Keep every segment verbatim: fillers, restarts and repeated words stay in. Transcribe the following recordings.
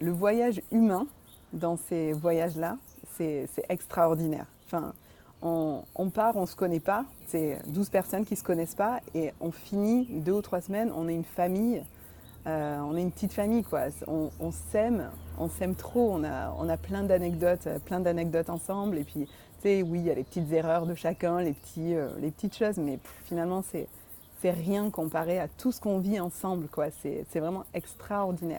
le voyage humain dans ces voyages-là, c'est, c'est extraordinaire. Enfin, on, on part, on ne se connaît pas, c'est douze personnes qui ne se connaissent pas et on finit deux ou trois semaines, on est une famille, euh, on est une petite famille quoi. On, on s'aime, on s'aime trop, on a, on a plein d'anecdotes, plein d'anecdotes ensemble et puis tu sais, oui, il y a les petites erreurs de chacun, les, petits, euh, les petites choses, mais pff, finalement c'est, c'est rien comparé à tout ce qu'on vit ensemble quoi. C'est, c'est vraiment extraordinaire.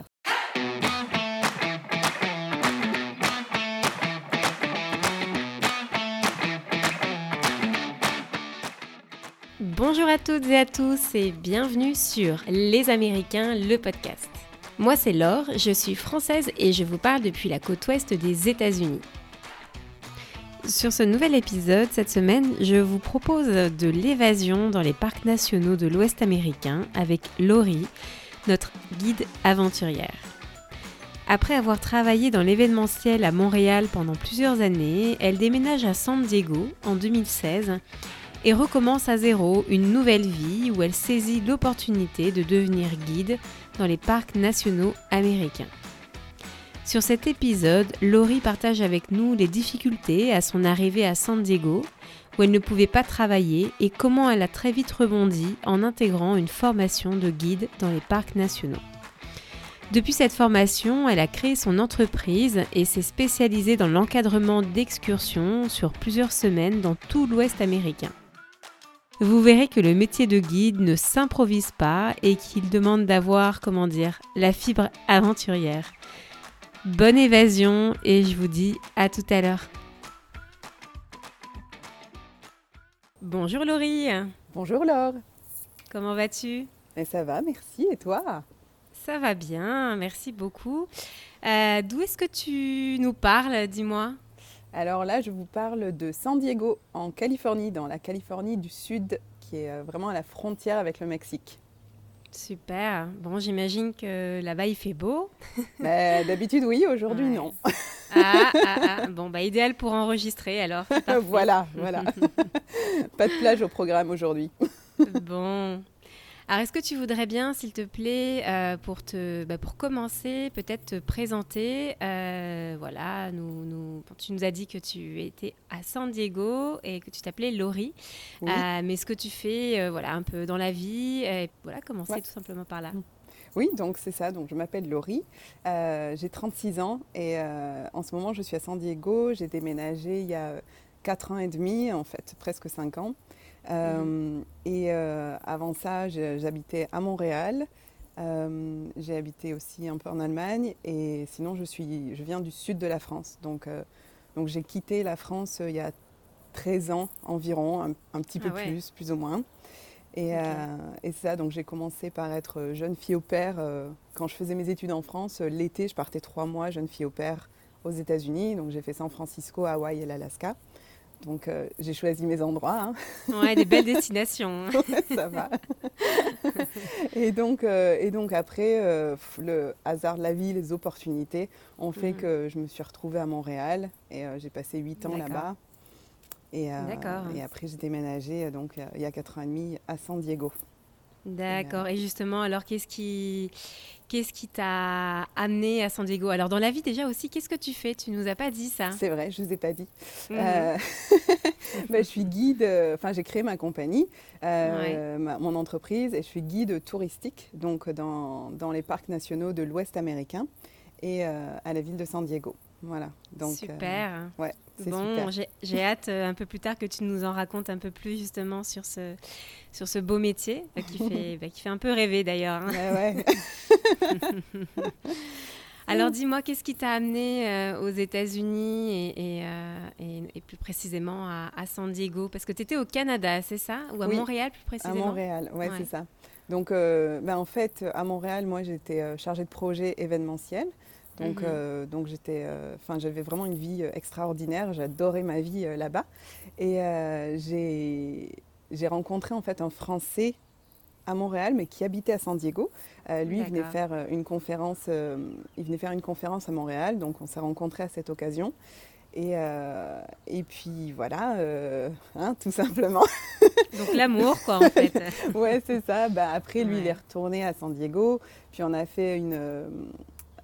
Bonjour à toutes et à tous et bienvenue sur Les Américains, le podcast. Moi c'est Laure, je suis française et je vous parle depuis la côte ouest des États-Unis. Sur ce nouvel épisode, cette semaine, je vous propose de l'évasion dans les parcs nationaux de l'Ouest américain avec Laurie, notre guide aventurière. Après avoir travaillé dans l'événementiel à Montréal pendant plusieurs années, elle déménage à San Diego en deux mille seize et recommence à zéro une nouvelle vie où elle saisit l'opportunité de devenir guide dans les parcs nationaux américains. Sur cet épisode, Laurie partage avec nous les difficultés à son arrivée à San Diego, où elle ne pouvait pas travailler, et comment elle a très vite rebondi en intégrant une formation de guide dans les parcs nationaux. Depuis cette formation, elle a créé son entreprise et s'est spécialisée dans l'encadrement d'excursions sur plusieurs semaines dans tout l'Ouest américain. Vous verrez que le métier de guide ne s'improvise pas et qu'il demande d'avoir, comment dire, la fibre aventurière. Bonne évasion et je vous dis à tout à l'heure. Bonjour Laurie. Bonjour Laure. Comment vas-tu ? Et ça va, merci. Et toi ? Ça va bien, merci beaucoup. Euh, d'où est-ce que tu nous parles, dis-moi ? Alors là, je vous parle de San Diego, en Californie, dans la Californie du Sud, qui est vraiment à la frontière avec le Mexique. Super. Bon, j'imagine que là-bas, il fait beau. Bah, d'habitude, oui. Aujourd'hui, ouais. Non. Ah, ah, ah. Bon, bah, idéal pour enregistrer, alors. Voilà, voilà. Pas de plage au programme aujourd'hui. Bon. Alors, est-ce que tu voudrais bien, s'il te plaît, euh, pour, te, bah, pour commencer, peut-être te présenter euh, voilà, nous, nous, tu nous as dit que tu étais à San Diego et que tu t'appelais Laurie. Oui. Euh, mais ce que tu fais euh, voilà, un peu dans la vie, et voilà, commencer ouais. tout simplement par là. Oui, donc c'est ça. Donc, je m'appelle Laurie, euh, j'ai trente-six ans et euh, en ce moment, je suis à San Diego. J'ai déménagé il y a quatre ans et demi, en fait, presque cinq ans. Euh, mmh. Et euh, avant ça, j'habitais à Montréal. Euh, j'ai habité aussi un peu en Allemagne. Et sinon, je, suis, je viens du sud de la France. Donc, euh, donc j'ai quitté la France euh, il y a treize ans environ, un, un petit peu ah ouais. plus, plus ou moins. Et, okay. euh, et ça, donc j'ai commencé par être jeune fille au pair. Euh, quand je faisais mes études en France, euh, l'été, je partais trois mois jeune fille au pair aux États-Unis. Donc j'ai fait San Francisco, Hawaï et l'Alaska. Donc, euh, j'ai choisi mes endroits. Hein. Ouais, des belles destinations. Ouais, ça va. et, donc, euh, et donc, après, euh, le hasard de la vie, les opportunités ont fait mmh. que je me suis retrouvée à Montréal. Et euh, j'ai passé huit ans D'accord. là-bas. Et, euh, et après, j'ai déménagé donc, il y a quatre ans et demi à San Diego. D'accord. Et, euh... et justement, alors, qu'est-ce qui... Qu'est-ce qui t'a amené à San Diego ? Alors, dans la vie, déjà aussi, qu'est-ce que tu fais ? Tu ne nous as pas dit ça. C'est vrai, je ne vous ai pas dit. Mmh. Euh... ben, je suis guide, enfin, euh, j'ai créé ma compagnie, euh, ouais. ma, mon entreprise, et je suis guide touristique donc dans, dans les parcs nationaux de l'Ouest américain et euh, à la ville de San Diego. Voilà. Donc, super. Euh, ouais, c'est bon, super. J'ai, j'ai hâte euh, un peu plus tard que tu nous en racontes un peu plus justement sur ce, sur ce beau métier bah, qui, fait, bah, qui fait un peu rêver d'ailleurs. Hein. Ouais, ouais. Alors dis-moi, qu'est-ce qui t'a amené euh, aux États-Unis et, et, euh, et, et plus précisément à, à San Diego ? Parce que tu étais au Canada, c'est ça ? Ou à oui, Montréal plus précisément ? À Montréal, ouais, ouais. c'est ça. Donc euh, ben, en fait, à Montréal, moi j'étais euh, chargée de projet événementiel. Donc, mm-hmm. euh, donc j'étais, euh, j'avais vraiment une vie extraordinaire, j'adorais ma vie euh, là-bas. Et euh, j'ai, j'ai rencontré en fait un Français à Montréal, mais qui habitait à San Diego. Euh, lui, il venait, faire une conférence, euh, il venait faire une conférence à Montréal, donc on s'est rencontrés à cette occasion. Et, euh, et puis voilà, euh, hein, tout simplement. Donc l'amour, quoi, en fait. Ouais, c'est ça. Bah, après, lui, ouais. il est retourné à San Diego. Puis on a fait une...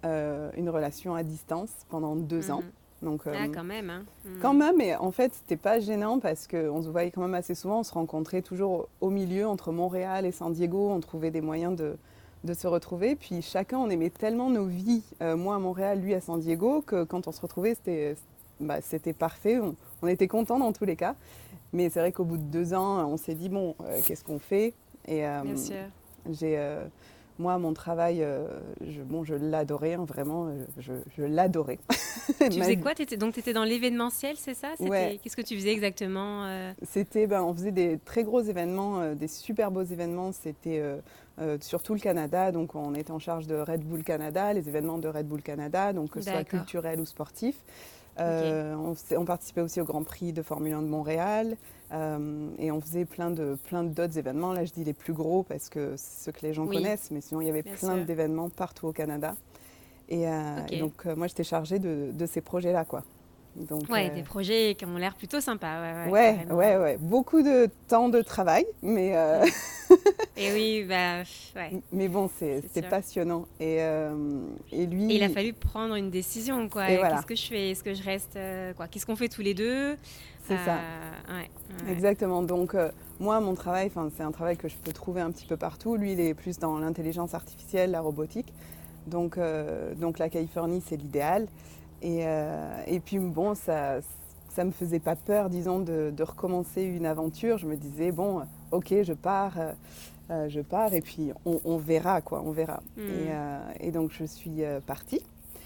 euh, une relation à distance pendant deux Mhm. ans. Donc, euh, Ah, quand même. Hein. Mhm. quand même, et en fait, c'était pas gênant parce qu'on se voyait quand même assez souvent. On se rencontrait toujours au milieu entre Montréal et San Diego. On trouvait des moyens de, de se retrouver. Puis chacun, on aimait tellement nos vies, euh, moi à Montréal, lui à San Diego, que quand on se retrouvait, c'était, bah, c'était parfait. On, on était contents dans tous les cas. Mais c'est vrai qu'au bout de deux ans, on s'est dit, bon, euh, qu'est-ce qu'on fait? Et euh, Bien sûr. j'ai, euh, moi, mon travail, euh, je, bon, je l'adorais, hein, vraiment, euh, je, je l'adorais. Tu Ma faisais vie- quoi? T'étais- Donc, tu étais dans l'événementiel, c'est ça? C'était... Ouais, Qu'est-ce que tu faisais exactement? euh c'était, ben, on faisait des très gros événements, euh, des super beaux événements. C'était euh, euh, sur tout le Canada, donc on était en charge de Red Bull Canada, les événements de Red Bull Canada, donc que ce soit D'accord. culturels ou sportifs. Ok. Euh, on, faisait- on participait aussi au Grand Prix de Formule un de Montréal, euh, et on faisait plein de plein d'autres événements. Là, je dis les plus gros parce que c'est ceux que les gens Oui, connaissent, mais sinon il y avait bien plein sûr. d'événements partout au Canada. Et, euh, et Ok. donc euh, moi, j'étais chargée de, de ces projets-là, quoi. Donc Ouais, euh, des projets qui ont l'air plutôt sympas. Ouais, ouais, ouais, carrément. ouais, ouais, beaucoup de temps de travail, mais euh, Mm. Et oui, bah, pff, ouais, mais bon, c'est- c'est c'était sûr. passionnant. Et, euh, et Et il a lui, fallu prendre une décision, quoi. et Et voilà, qu'est-ce que je fais? Est-ce que je reste, euh, quoi? Qu'est-ce qu'on fait tous les deux? c'est ça. Euh, ouais, ouais. Exactement. Donc, euh, moi, mon travail, 'fin, c'est un travail que je peux trouver un petit peu partout. Lui, il est plus dans l'intelligence artificielle, la robotique. Donc, euh, donc la Californie, c'est l'idéal. Et, euh, et puis, bon, ça ça me faisait pas peur, disons, de, de recommencer une aventure. Je me disais, bon, ok, je pars, euh, euh, je pars, et puis on, on verra, quoi, on verra. Et, Hmm. euh, et donc, je suis euh, partie.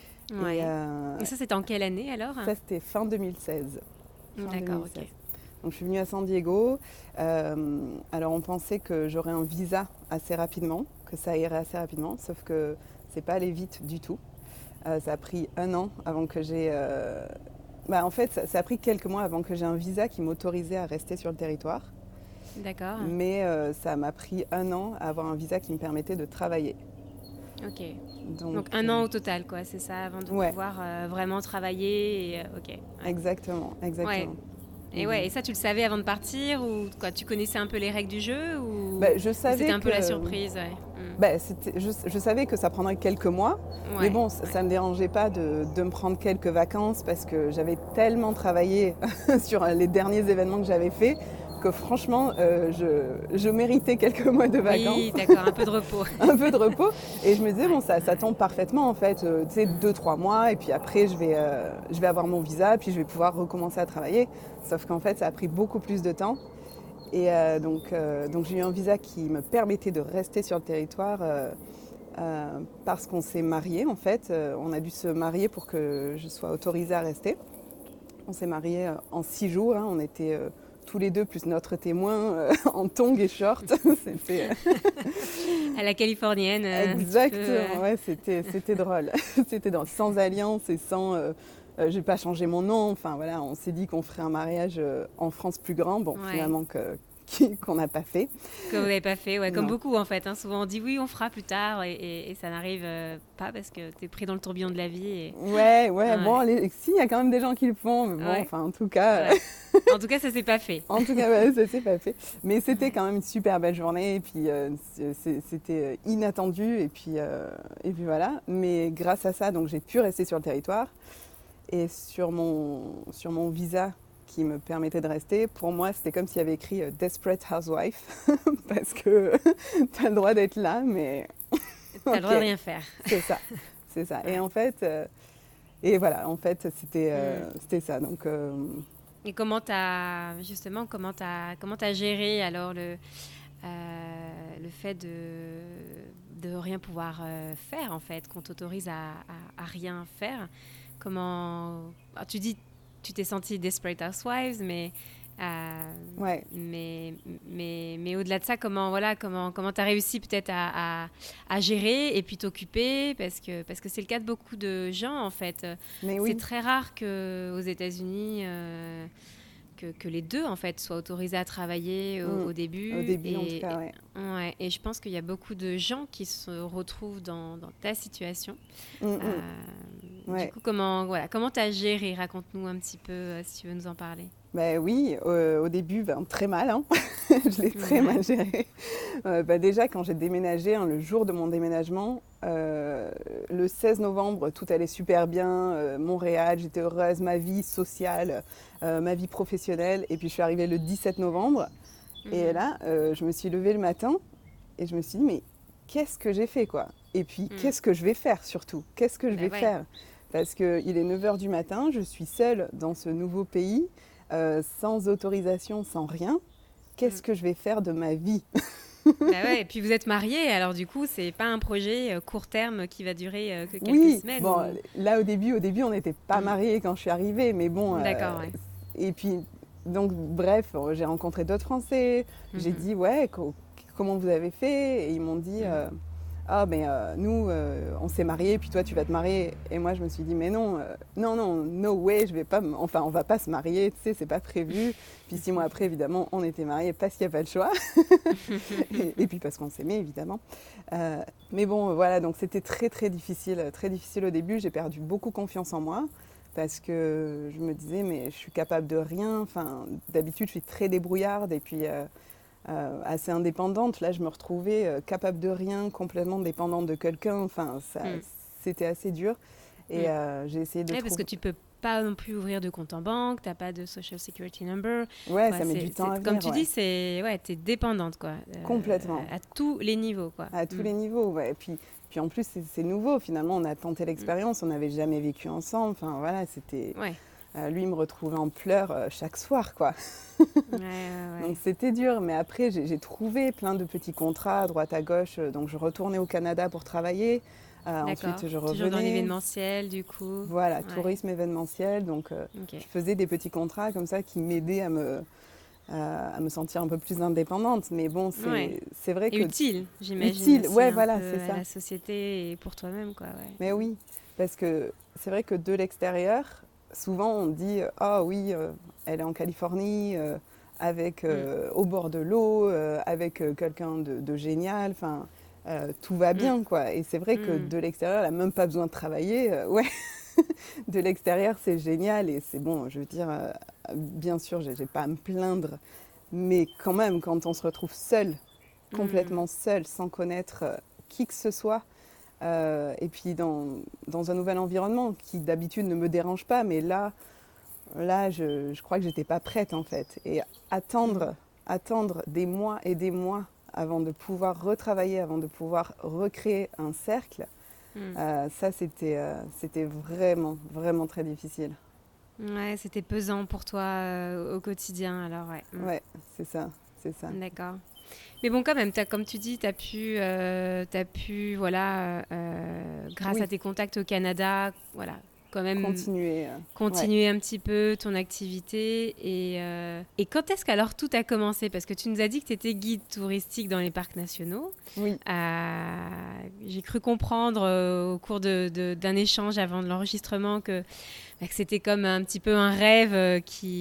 Et Ouais. euh, Et ça, c'était en quelle année alors? ça, c'était fin deux mille seize. Fin D'accord, ok. deux mille seize. Donc je suis venue à San Diego. Euh, alors on pensait que j'aurais un visa assez rapidement, que ça irait assez rapidement, sauf que c'est pas allé vite du tout. Euh, ça a pris un an avant que j'ai... euh, Bah, en fait, ça, ça a pris quelques mois avant que j'ai un visa qui m'autorisait à rester sur le territoire. D'accord, Mais euh, ça m'a pris un an à avoir un visa qui me permettait de travailler. ok. Donc, Donc un euh, an au total, quoi, c'est ça, avant de ouais, pouvoir euh, vraiment travailler. Et, euh, ok, ouais. exactement, Ouais. exactement. Et ouais, et ça, tu le savais avant de partir ou quoi, tu connaissais un peu les règles du jeu ou, Bah, je ou c'était savais un peu la que surprise, ouais. Hmm. bah, c'était- je, je savais que ça prendrait quelques mois, mais Ouais, bon, ça ouais. ne me dérangeait pas de, de me prendre quelques vacances parce que j'avais tellement travaillé sur les derniers événements que j'avais faits que franchement, euh, je, je méritais quelques mois de vacances, Oui, d'accord, un peu de repos. un peu de repos. Et je me disais, Ouais, bon, ça, ça ouais. tombe parfaitement en fait, euh, tu sais, deux, trois mois, et puis après, je vais, euh, je vais avoir mon visa, puis je vais pouvoir recommencer à travailler. Sauf qu'en fait, ça a pris beaucoup plus de temps. Et euh, donc, euh, donc j'ai eu un visa qui me permettait de rester sur le territoire euh, euh, parce qu'on s'est mariés en fait. Euh, on a dû se marier pour que je sois autorisée à rester. On s'est mariés euh, en six jours. Hein. On était euh, tous les deux plus notre témoin euh, en tongs et shorts. C'était euh, À la californienne, euh, un petit peu. euh, exactement. Ouais, c'était c'était drôle. C'était drôle. Sans alliance et sans. Euh, euh, j'ai pas changé mon nom. Enfin voilà, on s'est dit qu'on ferait un mariage euh, en France plus grand. Bon, Ouais, finalement que qu'on n'a pas fait. que vous n'avez pas fait, ouais, comme Non. beaucoup en fait. Hein. Souvent on dit oui, on fera plus tard et, et- et ça n'arrive euh, pas parce que tu es pris dans le tourbillon de la vie. Et... Ouais, ouais, Ouais, bon, les- si, il y a quand même des gens qui le font, mais bon, ouais, enfin, en tout cas, ouais. En tout cas, ça s'est pas fait. en tout cas, ouais, ça s'est pas fait. Mais c'était Ouais. quand même une super belle journée, et puis euh, c'est- c'était inattendu, et puis, euh, et puis voilà. Mais grâce à ça, donc j'ai pu rester sur le territoire, et sur mon, sur mon visa qui me permettait de rester, pour moi, c'était comme s'il y avait écrit euh, Desperate Housewife, parce que tu as le droit d'être là, mais T'as le droit de ok, rien faire. c'est ça, c'est ça. Et Ouais. en fait... euh, Et voilà, en fait, c'était Mm. euh, c'était ça. Donc, euh, Et comment t'as justement comment t'as comment t'as géré alors le euh, le fait de de rien pouvoir euh, faire en fait, qu'on t'autorise à, à, à rien faire. Comment ah, tu dis tu t'es sentie Desperate Housewives, mais euh, ouais. mais mais mais au-delà de ça, comment voilà comment comment t'as réussi peut-être à, à, à gérer et puis t'occuper parce que parce que c'est le cas de beaucoup de gens en fait. Mais C'est oui, très rare que aux États-Unis euh, que, que les deux en fait soient autorisés à travailler au, mm, au au début début, en tout et, cas, et- ouais. ouais, et je pense qu'il y a beaucoup de gens qui se retrouvent dans, dans ta situation. Mm, Euh, mm, du ouais. coup, comment voilà comment t'as géré? Raconte-nous un petit peu euh, si tu veux nous en parler. Ben oui, euh, au début, ben, très mal, hein. Je l'ai très Ouais. mal géré. Euh, ben déjà, quand j'ai déménagé, hein, le jour de mon déménagement, euh, le seize novembre, tout allait super bien. euh, Montréal, j'étais heureuse, ma vie sociale, euh, ma vie professionnelle. Et puis, je suis arrivée le dix-sept novembre. Et Mhm. là, euh, je me suis levée le matin et je me suis dit, mais qu'est-ce que j'ai fait, quoi? Et puis, Mm. qu'est-ce que je vais faire, surtout? Qu'est-ce que je Ben vais ouais. faire? Parce qu'il est neuf heures du matin, je suis seule dans ce nouveau pays, euh, sans autorisation, sans rien. Mm. Qu'est-ce que je vais faire de ma vie? Ben ouais, et puis vous êtes mariés, alors du coup, c'est pas un projet euh, court terme qui va durer euh, que quelques Oui, semaines bon, ou... là, au début, au début on n'était pas Mm. mariés quand je suis arrivée, mais bon, euh, D'accord, ouais. et puis, donc, bref, euh, j'ai rencontré d'autres Français, j'ai Mhm. dit, ouais, co- comment vous avez fait? Et ils m'ont dit, Mhm. euh, ah, mais euh, nous, euh, on s'est mariés, puis toi, tu vas te marier. Et moi, je me suis dit, mais non, euh, non, non, no way, je vais pas, m- enfin, on va pas se marier, tu sais, c'est pas prévu. Puis six mois après, évidemment, on était mariés parce qu'il n'y a pas le choix. et, et puis parce qu'on s'aimait, évidemment. Euh, mais bon, voilà, donc c'était très, très difficile, très difficile au début. J'ai perdu beaucoup confiance en moi parce que je me disais, mais je suis capable de rien. Enfin, d'habitude, je suis très débrouillarde et puis euh, euh, assez indépendante. Là, je me retrouvais euh, capable de rien, complètement dépendante de quelqu'un. Enfin, ça, Mm. c'était assez dur. Et Mm. euh, j'ai essayé de Ouais, parce que trouver. tu peux pas non plus ouvrir de compte en banque, t'as pas de social security number. Ouais, Quoi, ça met c'est, du temps à c'est- comme venir, tu dis, ouais. c'est ouais, t'es dépendante quoi, euh, Complètement. à tous les niveaux quoi. À tous Mm. les niveaux, ouais. Et puis, puis en plus, c'est, c'est nouveau. Finalement, on a tenté Mm. l'expérience, on n'avait jamais vécu ensemble. Enfin, voilà, c'était. Ouais, Euh, lui, il me retrouvait en pleurs euh, chaque soir, quoi. ouais, ouais, Donc ouais. c'était dur, mais après j'ai, j'ai trouvé plein de petits contrats à droite à gauche. Donc je retournais au Canada pour travailler. Euh, D'accord. ensuite je Toujours dans revenais. l'événementiel du coup. Voilà, Ouais. tourisme événementiel. Donc euh, Ok. je faisais des petits contrats comme ça qui m'aidaient à me, à, à me sentir un peu plus indépendante. Mais bon, Ouais. c'est, c'est vrai Et que utile, j'imagine utile, aussi ouais, un peu voilà, c'est à ça. la société et pour toi-même quoi. Ouais. Mais Mm. oui, parce que c'est vrai que de l'extérieur, souvent on dit ah oui, euh, elle est en Californie, euh, avec Mm. euh, au bord de l'eau, euh, avec euh, quelqu'un de, de génial, enfin euh, tout va Mm. bien quoi. Et c'est vrai que Mm. de l'extérieur, elle n'a même pas besoin de travailler. euh, ouais, de l'extérieur c'est génial et c'est bon. Je veux dire, euh, bien sûr, j'ai, j'ai pas à me plaindre, mais quand même, quand on se retrouve seul, Mm. complètement seul, sans connaître euh, qui que ce soit. Euh, et puis dans, dans un nouvel environnement qui d'habitude ne me dérange pas, mais là, là je, je crois que j'étais pas prête en fait. Et Mm. attendre, attendre des mois et des mois avant de pouvoir retravailler, avant de pouvoir recréer un cercle, Mm. euh, ça c'était, euh, c'était vraiment, vraiment très difficile. Ouais, c'était pesant pour toi euh, au quotidien alors ouais. Mm. Ouais, c'est ça, c'est ça. D'accord. Mais bon, quand même, t'as, comme tu dis, tu as pu, euh, t'as pu, voilà, euh, grâce à Oui, tes contacts au Canada, voilà, quand même continuer. euh, ouais. continuer un petit peu ton activité. Et, euh, et quand est-ce qu'alors tout a commencé? Parce que tu nous as dit que tu étais guide touristique dans les parcs nationaux. Oui, Euh, j'ai cru comprendre euh, au cours de, de- d'un échange avant de l'enregistrement que, bah, que c'était comme un petit peu un rêve euh,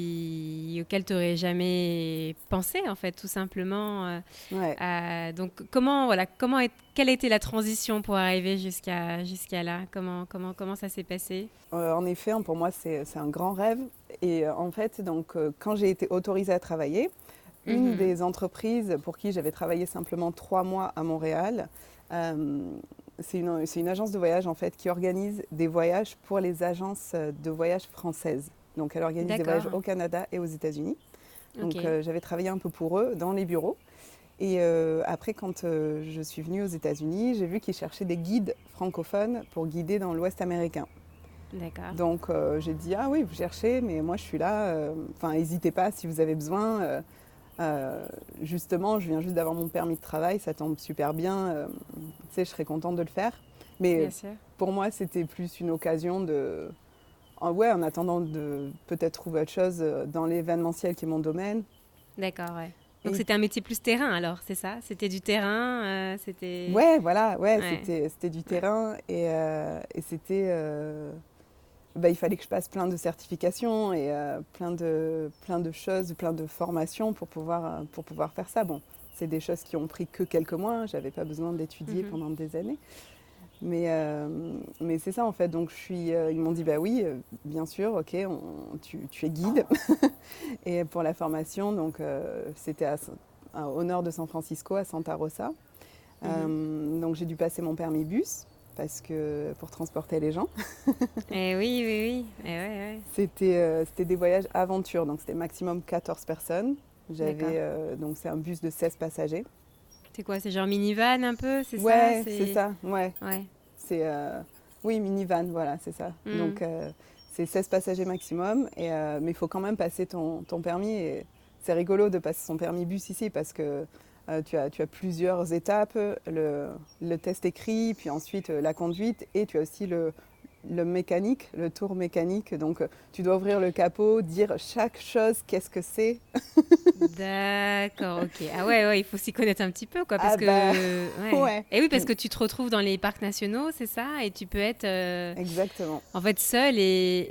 qui, auquel tu n'aurais jamais pensé, en fait, tout simplement. euh, ouais. euh, donc, comment, voilà, comment est- quelle a été la transition pour arriver jusqu'à, jusqu'à là? Comment, comment, comment ça s'est passé? Euh, en effet, hein, pour moi, c'est, c'est un grand rêve. Et euh, en fait, donc, euh, quand j'ai été autorisée à travailler, une Mhm. des entreprises pour qui j'avais travaillé simplement trois mois à Montréal, euh, c'est une, c'est une agence de voyage en fait qui organise des voyages pour les agences de voyage françaises. Donc elle organise des voyages D'accord. au Canada et aux États-Unis. Ok. Donc euh, j'avais travaillé un peu pour eux dans les bureaux. Et euh, après, quand euh, je suis venue aux États-Unis, j'ai vu qu'ils cherchaient des guides francophones pour guider dans l'Ouest américain. D'accord. Donc euh, j'ai dit ah oui, vous cherchez, mais moi je suis là. euh, Enfin, n'hésitez pas si vous avez besoin. euh, euh, justement, je viens juste d'avoir mon permis de travail, ça tombe super bien. euh, tu sais, je serais contente de le faire. Mais Bien sûr. pour moi, c'était plus une occasion de, ah ouais, en attendant de peut-être trouver autre chose euh, dans l'événementiel qui est mon domaine. D'accord, ouais. Donc Et c'était un métier plus terrain alors, c'est ça? C'était du terrain, euh, c'était... ouais, voilà, ouais, Ouais, c'était c'était du ouais. terrain et, euh, et c'était euh, bah, il fallait que je passe plein de certifications et euh, plein, de, plein de choses, plein de formations pour pouvoir, euh, pour pouvoir faire ça. Bon, c'est des choses qui ont pris que quelques mois, j'avais pas besoin d'étudier Mhm. pendant des années. Mais, euh, mais c'est ça en fait. Donc je suis, euh, ils m'ont dit bah oui, euh, bien sûr, ok, on, tu, tu es guide. Et pour la formation, donc euh, c'était à, à- au nord de San Francisco, à Santa Rosa. Mhm. Euh, donc j'ai dû passer mon permis bus parce que pour transporter les gens. Eh oui, oui, oui. Eh ouais, ouais. C'était euh, c'était des voyages aventure, donc c'était maximum quatorze personnes. D'accord. J'avais euh, donc c'est un bus de seize passagers. C'est quoi? C'est genre minivan un peu, c'est ça? Ouais, C'est c'est ça. Ouais, Ouais. c'est euh, oui minivan, voilà, c'est ça. Mhm. Donc euh, c'est seize passagers maximum, et, euh, mais il faut quand même passer ton, ton permis. Et c'est rigolo de passer son permis bus ici parce que euh, tu as, tu as plusieurs étapes, le, le test écrit, puis ensuite euh, la conduite, et tu as aussi le, le mécanique, le tour mécanique. Donc euh, tu dois ouvrir le capot, dire chaque chose, qu'est-ce que c'est. D'accord, ok. Ah ouais, ouais, il faut s'y connaître un petit peu, quoi, parce Ah que... bah Ouais. ouais, Et oui, parce que tu te retrouves dans les parcs nationaux, c'est ça? Et tu peux être, euh, exactement, en fait, seul et,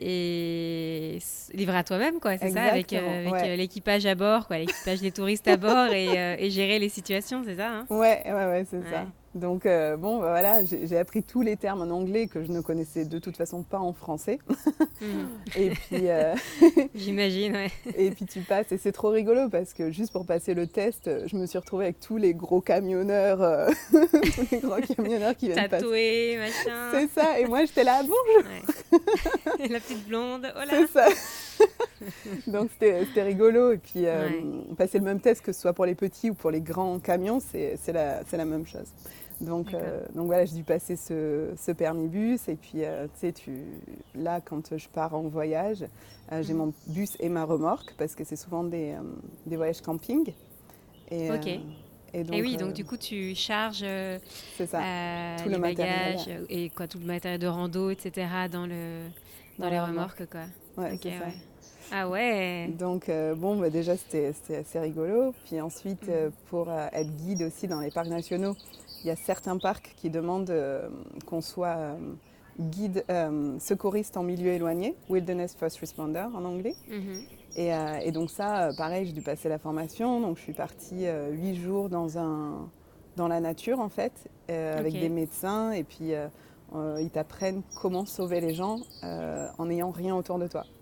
et s- livré à toi-même, quoi, c'est ça? Avec, exactement, euh, avec ouais. euh, l'équipage à bord, quoi, l'équipage des touristes à bord et, euh, et gérer les situations, c'est ça, hein? Ouais, ouais, ouais, c'est ça. Ouais. Donc, euh, bon, bah, voilà, j'ai j'ai appris tous les termes en anglais que je ne connaissais de toute façon pas en français. Mhm. Et puis, euh, J'imagine, ouais. et puis tu passes, et c'est trop rigolo parce que juste pour passer le test, je me suis retrouvée avec tous les gros camionneurs, euh, tous les gros camionneurs qui viennent passer. Tatoué, machin. C'est ça, et moi j'étais là, bon, Ouais. La petite blonde, oh là! c'est ça. Donc c'était c'était rigolo. Et puis euh, Ouais. passer le même test, que ce soit pour les petits ou pour les grands camions, c'est c'est la, c'est la même chose. Donc, D'accord. euh, donc voilà, j'ai dû passer ce, ce permis bus. Et puis euh, tu sais, tu, là, quand je pars en voyage, euh, j'ai Mhm. mon bus et ma remorque parce que c'est souvent des, euh, des voyages camping. Et, Ok. euh, et Et donc, oui, euh, donc du coup, tu charges euh, c'est ça, euh, tout le les matériel. bagages euh, et quoi, tout le matériel de rando, et cetera dans le dans Dans les la remorque. remorques, quoi. Ouais, Ok, c'est ça. ouais. Ah ouais. Donc euh, bon, bah, déjà c'était c'était assez rigolo. Puis ensuite, euh, Mhm. pour euh, être guide aussi dans les parcs nationaux, il y a certains parcs qui demandent euh, qu'on soit euh, guide euh, secouriste en milieu éloigné, Wilderness First Responder en anglais. Mhm. Et, euh, et donc ça, euh, pareil, j'ai dû passer la formation. Donc je suis partie euh, huit jours dans, un, dans la nature en fait, euh, avec des Ok. médecins. Et puis euh, euh, ils t'apprennent comment sauver les gens euh, en n'ayant rien autour de toi.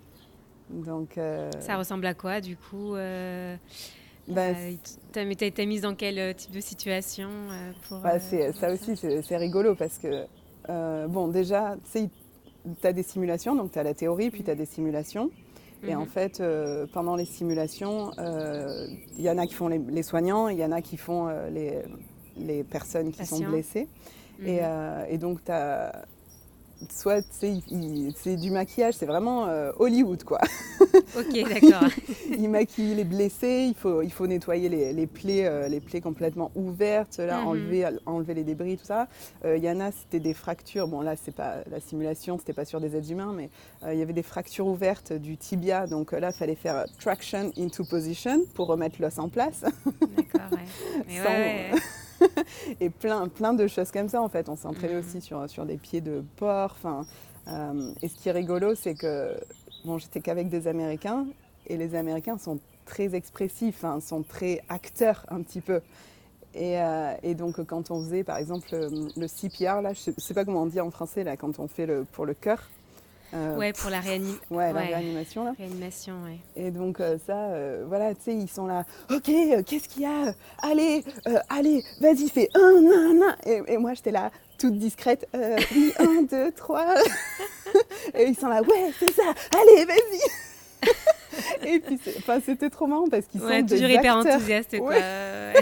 Donc, euh, Ça ressemble à quoi, du coup euh, bah, euh, t'as, mais t'as, t'as mise dans quel euh, type de situation euh, pour, bah, euh, c'est, pour faire ça ça? aussi, c'est, c'est rigolo parce que, euh, bon, déjà, tu sais, tu as des simulations, donc tu as la théorie, puis tu as des simulations. Et en Mhm. fait, euh, pendant les simulations, euh, il y en a qui font les, les soignants, il y en a qui font euh, les, les personnes qui sont Patient. blessées. Et, Mhm. euh, et donc, tu as. Soit, tu sais, il- il- c'est du maquillage, c'est vraiment euh, Hollywood, quoi. Ok, d'accord. Il maquille les blessés, il faut, il faut nettoyer les, les plaies, euh, les plaies complètement ouvertes, là, Mhm. enlever, enlever les débris, tout ça. Euh, Il y en a, c'était des fractures. Bon, là, c'est pas la simulation, c'était pas sur des êtres humains, mais euh, il y avait des fractures ouvertes du tibia. Donc euh, là, il fallait faire euh, traction into position pour remettre l'os en place. D'accord, ouais. Mais ouais, Sans, ouais. et plein, plein de choses comme ça, en fait. On s'est entraîné Mhm. aussi sur, sur des pieds de porc. Enfin, euh, et ce qui est rigolo, c'est que bon, j'étais qu'avec des Américains, et les Américains sont très expressifs, hein, sont très acteurs un petit peu. Et, euh, et donc quand on faisait par exemple le, le C P R, là, je sais, sais pas comment on dit en français, là, quand on fait le, pour le cœur, euh, Ouais, pour la réanim... ouais, la ouais. réanimation là. Réanimation, ouais. Et donc euh, ça, euh, voilà, tu sais, ils sont là, ok, euh, qu'est-ce qu'il y a? Allez, euh, allez, vas-y, fais un, un, un. Et, et moi j'étais là, toute discrète, euh, oui, un, deux, trois. Et ils sont là, ouais, c'est ça, allez, vas-y. Et puis c'est- enfin, c'était trop marrant parce qu'ils sont Ouais, toujours des hyper acteurs. enthousiaste, quoi. Ouais. Ouais.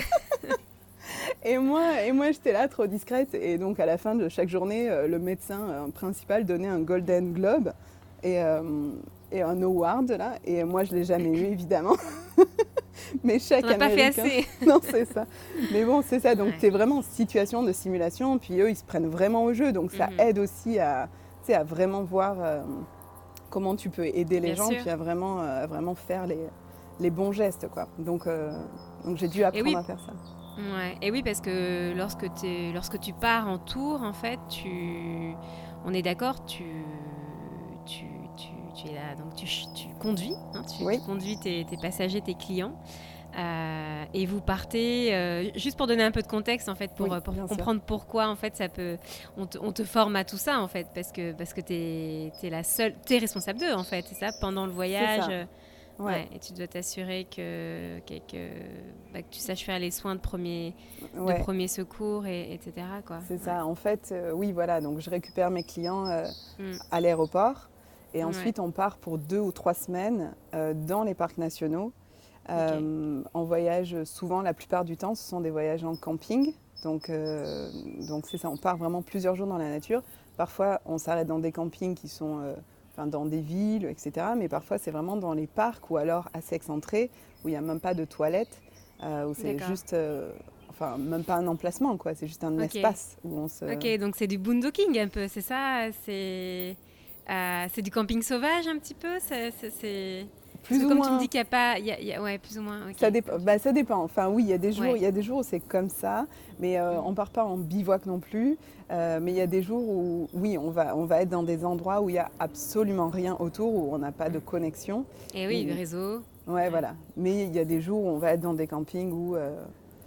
Et moi, et moi j'étais là trop discrète. Et donc à la fin de chaque journée, euh, le médecin euh, principal donnait un Golden Globe et, euh, et un award là. Et moi je l'ai jamais eu évidemment. Mais chaque T'en as pas fait Américain. assez. Non, c'est ça. Mais bon, c'est ça. Donc Ouais. tu es vraiment en situation de simulation. Puis eux, ils se prennent vraiment au jeu. Donc ça Mhm. aide aussi à, tu sais, à vraiment voir euh, comment tu peux aider les Bien gens. sûr. Puis à vraiment, euh, à vraiment faire les, les bons gestes, quoi. Donc, euh, donc j'ai dû Et apprendre oui, à faire ça. ouais. Et oui, parce que lorsque, t'es- lorsque tu pars en tour, en fait, tu... on est d'accord, tu... Tu, tu, tu es là, donc tu, ch- tu conduis, hein, tu, tu Oui. conduis tes, tes passagers, tes clients. Euh, et vous partez, euh, juste pour donner un peu de contexte en fait, pour, Oui, pour bien comprendre sûr. pourquoi en fait ça peut, on te, on te forme à tout ça en fait, parce que parce que t'es t'es la seule, t'es responsable d'eux en fait, c'est ça pendant le C'est voyage. ça. euh, Ouais, Ouais, et tu dois t'assurer que que, que, bah, que tu saches faire les soins de premier de ouais, premier secours et etc quoi. c'est Ouais. ça. En fait, euh, oui, voilà. Donc, je récupère mes clients euh, Mm. à l'aéroport et Ouais. ensuite, on part pour deux ou trois semaines euh, dans les parcs nationaux. Ok. Euh, en voyage, souvent, la plupart du temps, ce sont des voyages en camping. Donc, euh, donc c'est ça, on part vraiment plusieurs jours dans la nature. Parfois, on s'arrête dans des campings qui sont euh, enfin, dans des villes, et cetera. Mais parfois, c'est vraiment dans les parcs ou alors assez excentrés, où il n'y a même pas de toilettes, euh, où c'est D'accord. juste, euh, enfin, même pas un emplacement, quoi. C'est juste un Ok. espace où on se... Ok, donc c'est du boondocking un peu, c'est ça? C'est euh, c'est du camping sauvage un petit peu? C'est, c'est, c'est- Parce Plus que ou comme tu me dis moins. qu'il n'y a pas... il Y a, il y a- ouais, plus ou moins, ok. Ça dépend. Ok. Bah, ça dépend. Enfin, oui, il y a des jours, Ouais. il y a des jours où c'est comme ça, mais euh, Mm. on part pas en bivouac non plus. Euh, mais il y a des jours où, oui, on va, on va être dans des endroits où il y a absolument rien autour, où on n'a pas de Mm. connexion. Et oui, le Où, réseau. ouais, Ouais. voilà. Mais il y a des jours où on va être dans des campings où, euh,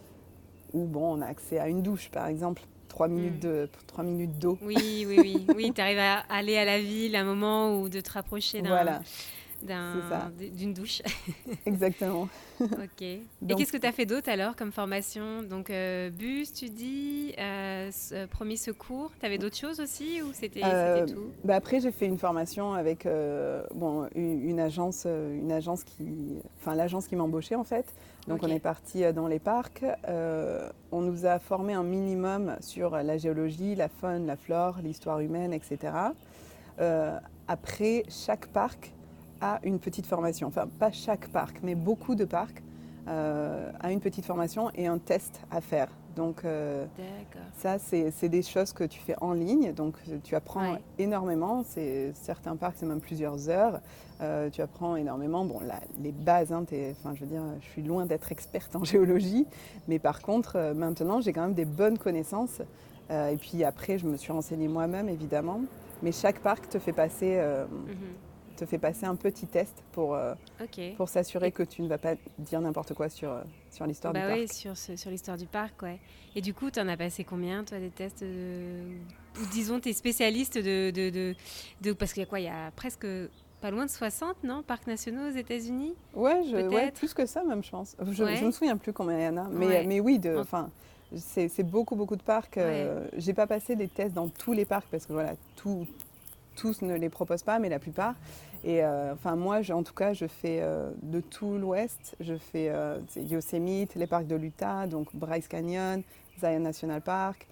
où bon, on a accès à une douche, par exemple, trois minutes Mm. de, trois minutes d'eau. Oui, oui, oui. Oui, tu arrives à aller à la ville à un moment ou de te rapprocher d'un, Voilà, c'est ça, d'un, d'une douche. exactement. Ok. Et Donc, qu'est-ce que tu as fait d'autre alors comme formation? Donc, euh, bus, tu dis, euh, s- euh, premier secours. Tu avais d'autres choses aussi ou c'était, c'était Euh, tout? bah après, j'ai fait une formation avec euh, bon, une, une agence, euh, une agence qui, enfin l'agence qui m'a embauchée en fait. Donc on est Ok. parti euh, dans les parcs. Euh, on nous a formé un minimum sur la géologie, la faune, la flore, l'histoire humaine, et cetera. Euh, Après, chaque parc a une petite formation. Enfin, pas chaque parc, mais beaucoup de parcs euh, a une petite formation et un test à faire. Donc euh, D'accord. ça, c'est c'est des choses que tu fais en ligne, donc tu apprends Ouais. énormément. C'est, certains parcs, c'est même plusieurs heures. Euh, tu apprends énormément. Bon, là, les bases, hein, t'es- enfin, je veux dire, je suis loin d'être experte en géologie, mais par contre, euh, maintenant, j'ai quand même des bonnes connaissances. Euh, et puis après, je me suis renseignée moi-même, évidemment. Mais chaque parc te fait passer, euh, Mhm. te fait passer un petit test pour, euh, Ok. pour s'assurer Et que tu ne vas pas dire n'importe quoi sur, euh, sur l'histoire du bah oui, parc. sur, ce- sur l'histoire du parc, ouais. Et du coup, tu en as passé combien, toi, des tests de... Ou disons, tu es spécialiste de, de, de, de- Parce qu'il y a quoi? Il y a presque pas loin de soixante, non? Parcs nationaux aux États-Unis, Ouais, je, ouais, plus peut-être? que ça même, je pense. Je, je me Ouais. souviens plus combien il y en a, mais, Ouais. mais oui, de, En- enfin, c'est, c'est beaucoup, beaucoup de parcs. Ouais. Euh, j'ai pas passé des tests dans tous les parcs parce que voilà, tout, tous ne les proposent pas, mais la plupart. Et euh, enfin, moi, je- en tout cas, je fais euh, de tout l'Ouest. Je fais euh, c'est Yosemite, les parcs de l'Utah, donc Bryce Canyon, Zion National Park,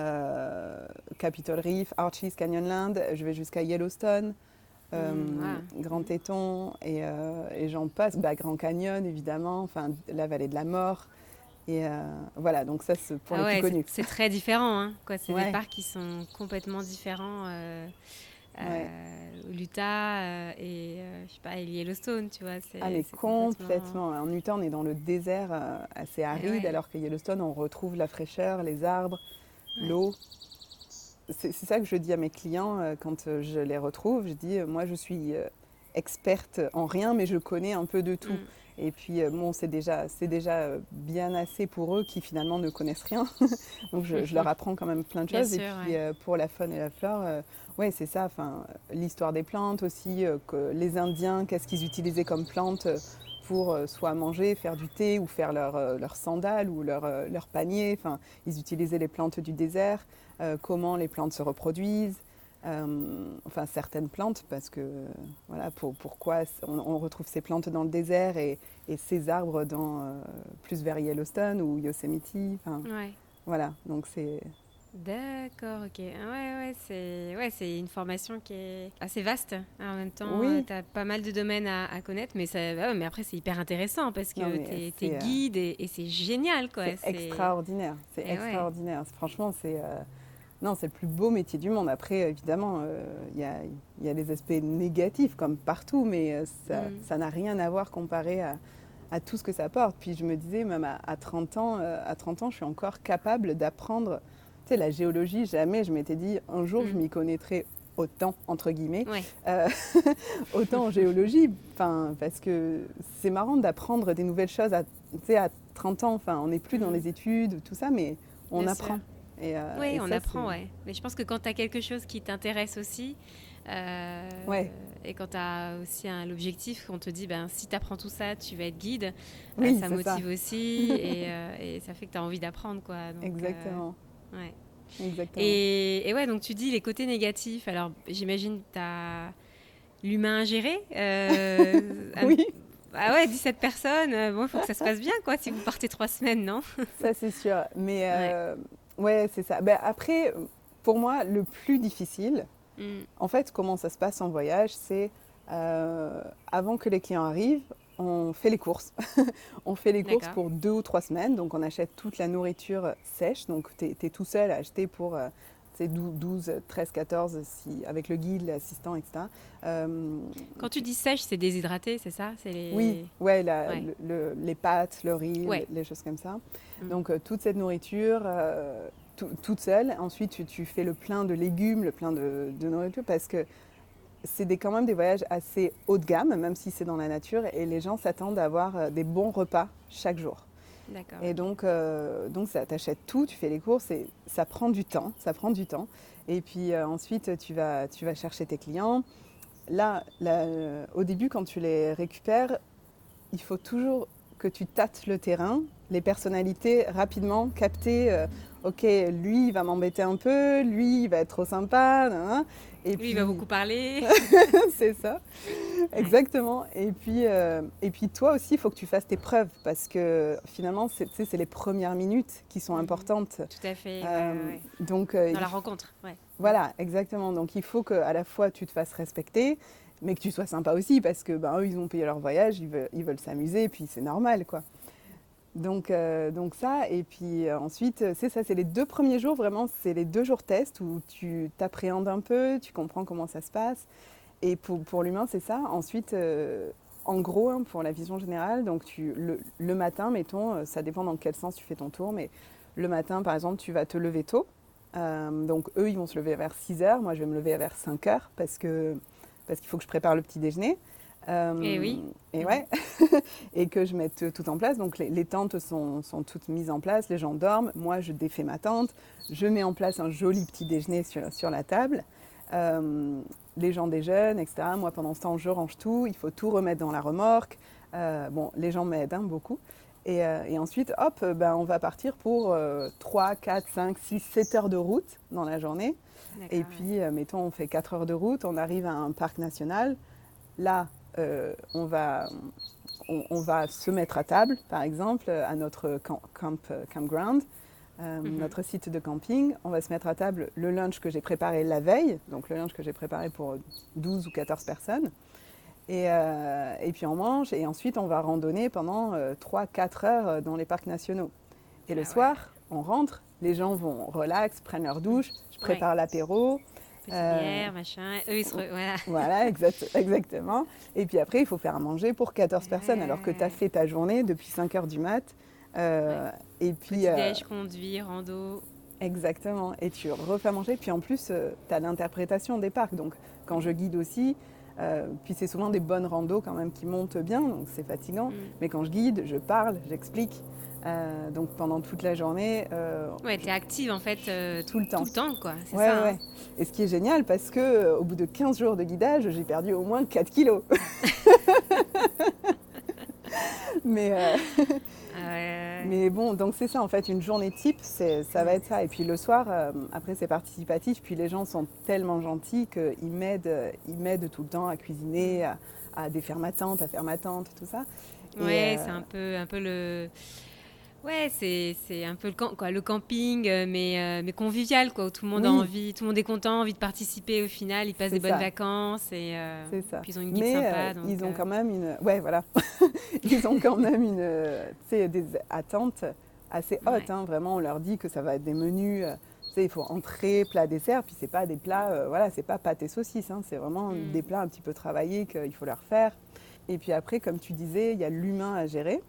euh, Capitol Reef, Arches Canyonland. Je vais jusqu'à Yellowstone, Hmm, euh, ah. Grand Mhm. Teton, et, euh, et j'en passe. Bah, Grand Canyon, évidemment, enfin, la vallée de la mort. Et euh, voilà, donc ça, c'est pour Ah les plus ouais, c'est connus. c'est très différent, hein, quoi. C'est des Ouais, parcs qui sont complètement différents. Euh, ouais. euh, L'Utah euh, et euh, je sais pas, et Yellowstone, tu vois, Ah c'est mais c'est complètement. complètement. En Utah, on est dans le désert euh, assez Eh aride, ouais, alors que Yellowstone, on retrouve la fraîcheur, les arbres, ouais. l'eau. C'est c'est ça que je dis à mes clients euh, quand euh, je les retrouve. Je dis, euh, moi, je suis euh, experte en rien, mais je connais un peu de tout. Mm. Et puis, euh, bon, c'est déjà, c'est déjà euh, bien assez pour eux qui finalement ne connaissent rien. Donc, je, je leur apprends quand même plein de Bien choses. Et sûr, puis, ouais. euh, pour la faune et la flore, euh, ouais, c'est ça. Enfin, l'histoire des plantes aussi, euh, que les Indiens, qu'est-ce qu'ils utilisaient comme plantes euh, pour euh, soit manger, faire du thé ou faire leurs euh, leurs sandales ou leur, euh, leur panier. Enfin, ils utilisaient les plantes du désert, euh, comment les plantes se reproduisent. Euh, enfin, certaines plantes, parce que voilà, pour, pourquoi on, on retrouve ces plantes dans le désert et, et ces arbres dans, euh, plus vers Yellowstone ou Yosemite. Enfin, Ouais. voilà, donc c'est. D'accord, ok. Ah ouais, ouais, c'est ouais, c'est une formation qui est assez vaste. En même temps, Oui, tu as pas mal de domaines à, à connaître, mais, ça, bah ouais, mais après, c'est hyper intéressant parce non que tu mais es c'est euh, guide et, et c'est génial, c'est quoi. C'est... extraordinaire, c'est Et ouais. extraordinaire. Franchement, c'est euh, non, c'est le plus beau métier du monde. Après, évidemment, il y, a, y a des aspects négatifs comme partout, mais euh, ça, Mm. ça n'a rien à voir comparé à, à tout ce que ça apporte. Puis je me disais, même à, à trente ans, euh, à trente ans, je suis encore capable d'apprendre. Tu sais, la géologie, jamais je m'étais dit un jour je Mm. m'y connaîtrais autant, entre guillemets, Ouais. euh, autant en géologie, parce que c'est marrant d'apprendre des nouvelles choses à, à trente ans. On n'est plus dans les études, tout ça, mais on Bien apprend. sûr. Et, euh, Oui, et on ça, apprend, c'est... ouais. Mais je pense que quand tu as quelque chose qui t'intéresse aussi, euh, Ouais. et quand tu as aussi un, l'objectif, on te dit, ben, si tu apprends tout ça, tu vas être guide, Oui, bah, ça c'est motive ça. aussi et, euh, et ça fait que tu as envie d'apprendre, quoi. Donc, Exactement. Euh, ouais. Exactement. Et, et ouais, donc tu dis les côtés négatifs. Alors, j'imagine que tu as l'humain à gérer. Euh, un- Oui. Ah ouais, dix-sept personnes, euh, bon, il faut que ça se passe bien, quoi, si vous partez trois semaines, non? Ça, c'est sûr. Mais Ouais. euh, ouais, c'est ça. Ben, après, pour moi, le plus difficile, Mm. en fait, comment ça se passe en voyage, c'est euh, avant que les clients arrivent, on fait les courses. On fait les courses D'accord. pour deux ou trois semaines. Donc, on achète toute la nourriture sèche. Donc, tu es tout seul à acheter pour euh, douze, treize, quatorze, si, avec le guide, l'assistant, et cetera. Euh, Quand tu dis sèche, c'est déshydraté, c'est ça? C'est Oui, les... ouais, la, Ouais. le, le, les pâtes, le riz, Ouais. les choses comme ça. Mm. Donc euh, toute cette nourriture, euh, tout, toute seule. Ensuite, tu, tu fais le plein de légumes, le plein de, de nourriture, parce que c'est des, quand même des voyages assez haut de gamme, même si c'est dans la nature, et les gens s'attendent à avoir euh, des bons repas chaque jour. D'accord. Et donc, euh, donc ça t'achète tout, tu fais les courses, et ça prend du temps, ça prend du temps. Et puis euh, ensuite, tu vas, tu vas chercher tes clients. Là, là euh, au début, quand tu les récupères, il faut toujours que tu tâtes le terrain, les personnalités rapidement capter. Euh, ok, lui il va m'embêter un peu, lui il va être trop sympa, nan, nan. Et Lui, puis il va beaucoup parler. c'est ça, Ouais. exactement. Et puis euh, et puis toi aussi, il faut que tu fasses tes preuves parce que finalement, c'est, tu sais, c'est les premières minutes qui sont Mhm. importantes. Tout à fait. Euh, ouais, ouais, ouais. donc euh, Dans la il- rencontre. Ouais. voilà, exactement. Donc il faut que à la fois tu te fasses respecter, mais que tu sois sympa aussi parce que ben, eux ils ont payé leur voyage, ils veulent, ils veulent s'amuser, et puis c'est normal quoi. Donc, euh, donc ça, et puis euh, ensuite, c'est ça, c'est les deux premiers jours, vraiment, c'est les deux jours test où tu t'appréhendes un peu, tu comprends comment ça se passe. Et pour, pour l'humain, c'est ça. Ensuite, euh, en gros, hein, pour la vision générale, donc tu, le, le matin, mettons, euh, ça dépend dans quel sens tu fais ton tour, mais le matin, par exemple, tu vas te lever tôt. Euh, donc eux, ils vont se lever vers six heures, moi je vais me lever vers cinq heures parce, que, parce qu'il faut que je prépare le petit déjeuner. Euh, Et oui. Et ouais, et que je mette tout en place. Donc les, les tentes sont, sont toutes mises en place, les gens dorment. Moi, je défais ma tente, je mets en place un joli petit déjeuner sur, sur la table. Euh, les gens déjeunent, et cetera. Moi, pendant ce temps, je range tout. Il faut tout remettre dans la remorque. Euh, bon, les gens m'aident hein, beaucoup. Et, euh, et ensuite, hop, ben, on va partir pour euh, trois, quatre, cinq, six, sept heures de route dans la journée. D'accord, et puis, ouais. euh, mettons, on fait quatre heures de route, on arrive à un parc national. Là, euh, on, va, on, on va se mettre à table, par exemple, à notre camp, camp, campground, euh, Mhm. notre site de camping. On va se mettre à table le lunch que j'ai préparé la veille, donc le lunch que j'ai préparé pour douze ou quatorze personnes. Et, euh, et puis on mange, et ensuite on va randonner pendant euh, trois quatre heures dans les parcs nationaux. Et le Ah ouais. soir, on rentre, les gens vont relax, prennent leur douche, je prépare l'apéro. Petite Euh, bière, machin. Eux, ils se... re- Voilà. Voilà, exact, exactement. Et puis après, il faut faire à manger pour quatorze personnes, Ouais. alors que tu as fait ta journée depuis cinq heures du mat. Euh, Et puis, Petit euh, déj, conduit, rando. exactement. Et tu refais à manger. Puis en plus, euh, tu as l'interprétation des parcs. Donc quand je guide aussi, euh, puis c'est souvent des bonnes randos quand même qui montent bien, donc c'est fatigant. Mm. Mais quand je guide, je parle, j'explique. Euh, donc pendant toute la journée, euh, Ouais, t'es active en fait euh, tout le temps. Tout le temps, quoi. C'est Ouais, ça. ouais. Hein. Et ce qui est génial, parce que euh, au bout de quinze jours de guidage, j'ai perdu au moins quatre kilos. mais, euh, Ah ouais. mais bon, donc c'est ça en fait, une journée type, c'est, ça va être ça. Et puis le soir, euh, après c'est participatif, puis les gens sont tellement gentils qu'ils m'aident, euh, ils m'aident tout le temps à cuisiner, à, à défaire ma tente, à faire ma tente, tout ça. Et, Ouais, euh, c'est un peu, un peu le. Ouais, c'est, c'est un peu le, camp, quoi, le camping, euh, mais, euh, mais convivial, quoi, où tout le monde a Oui. envie, tout le monde est content, envie de participer au final, ils passent C'est des bonnes ça. vacances et euh, C'est ça. puis ils ont une guide Mais sympa. euh, donc, ils ont euh, quand même une, ouais voilà, ils ont quand même une, euh, tu sais, des attentes assez hautes. Ouais. Hein. Vraiment, on leur dit que ça va être des menus. euh, Tu sais, il faut entrée, plat, dessert. Puis c'est pas des plats, euh, voilà, c'est pas pâte et saucisse. Hein. C'est vraiment Mm. des plats un petit peu travaillés qu'il faut leur faire. Et puis après, comme tu disais, il y a l'humain à gérer.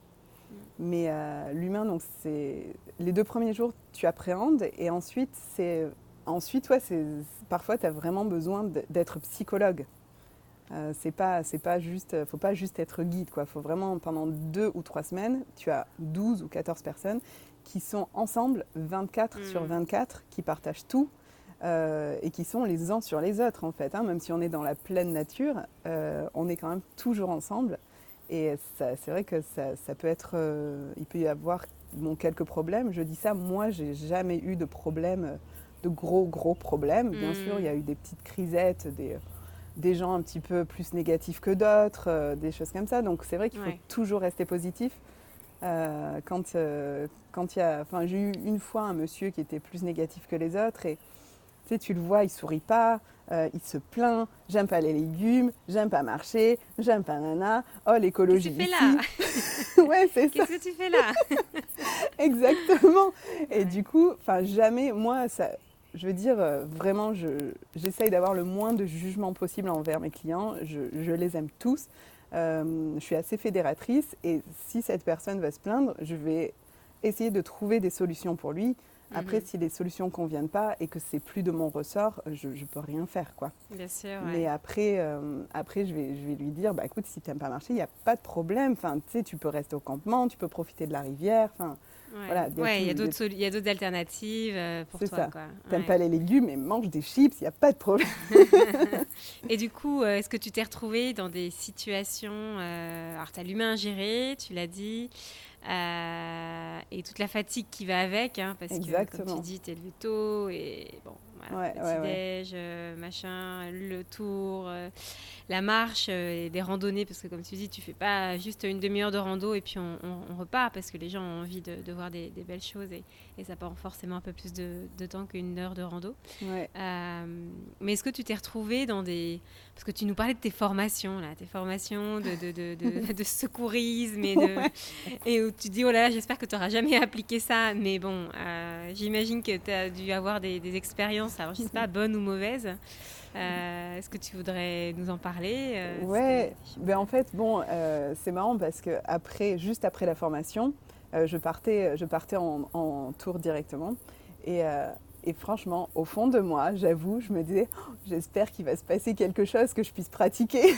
Mais euh, l'humain, donc c'est les deux premiers jours, tu appréhendes, et ensuite c'est ensuite, ouais, c'est, parfois, tu as vraiment besoin d'être psychologue. Euh, c'est pas, c'est pas juste, faut pas juste être guide, quoi. Faut vraiment, pendant deux ou trois semaines, tu as douze ou quatorze personnes qui sont ensemble vingt-quatre mmh. sur vingt-quatre, qui partagent tout euh, et qui sont les uns sur les autres, en fait. Hein. Même si on est dans la pleine nature, euh, on est quand même toujours ensemble. Et ça, c'est vrai que ça, ça peut être, euh, il peut y avoir bon, quelques problèmes. Je dis ça, moi, j'ai jamais eu de problème, de gros, gros problèmes. Bien mmh. sûr, il y a eu des petites crisettes, des... des gens un petit peu plus négatifs que d'autres, euh, des choses comme ça. Donc c'est vrai qu'il faut ouais. toujours rester positif. Euh, quand euh, quand il y a, enfin j'ai eu une fois un monsieur qui était plus négatif que les autres et tu sais tu le vois, il sourit pas, euh, il se plaint, j'aime pas les légumes, j'aime pas marcher, j'aime pas nana, oh l'écologie. Qu'est-ce que tu fais là? Ouais c'est ça. Qu'est-ce que tu fais là? Exactement. Et ouais. du coup, enfin jamais moi ça. Je veux dire, euh, vraiment, je, j'essaye d'avoir le moins de jugement possible envers mes clients. Je, je les aime tous. Euh, je suis assez fédératrice et si cette personne va se plaindre, je vais essayer de trouver des solutions pour lui. Après, mm-hmm. si les solutions ne conviennent pas et que c'est plus de mon ressort, je ne peux rien faire, quoi. Bien sûr, ouais. Mais après, euh, après je, vais, je vais lui dire, bah, écoute, si tu n'aimes pas marcher, il n'y a pas de problème. Enfin, tu sais, tu peux rester au campement, tu peux profiter de la rivière. Enfin, Ouais, voilà, il ouais, y, a d'autres solu- y a d'autres alternatives euh, pour c'est toi. Ça. Quoi. T'aimes ouais. pas les légumes, mais mange des chips, il n'y a pas de problème. Et du coup, euh, est-ce que tu t'es retrouvée dans des situations... Euh, alors, tu as l'humain à gérer, tu l'as dit, euh, et toute la fatigue qui va avec, hein, parce Exactement. que, comme tu dis, tu es levé tôt, et bon, voilà, ouais, petit-déj, ouais, ouais. euh, machin, le tour... Euh, la marche euh, et des randonnées, parce que comme tu dis, tu fais pas juste une demi-heure de rando et puis on, on, on repart, parce que les gens ont envie de, de voir des, des belles choses et, et ça prend forcément un peu plus de, de temps qu'une heure de rando. Ouais. Euh, mais est-ce que tu t'es retrouvée dans des... Parce que tu nous parlais de tes formations, là, tes formations de, de, de, de, de secourisme et, de, ouais. et où tu dis, oh là là, j'espère que tu n'auras jamais appliqué ça, mais bon, euh, j'imagine que tu as dû avoir des, des expériences, alors je ne sais pas, bonnes ou mauvaises. Euh, est-ce que tu voudrais nous en parler euh, Ouais, ben en fait, bon, euh, c'est marrant parce que après, juste après la formation, euh, je partais, je partais en, en tour directement. Et, euh, et franchement, au fond de moi, j'avoue, je me disais, oh, j'espère qu'il va se passer quelque chose que je puisse pratiquer.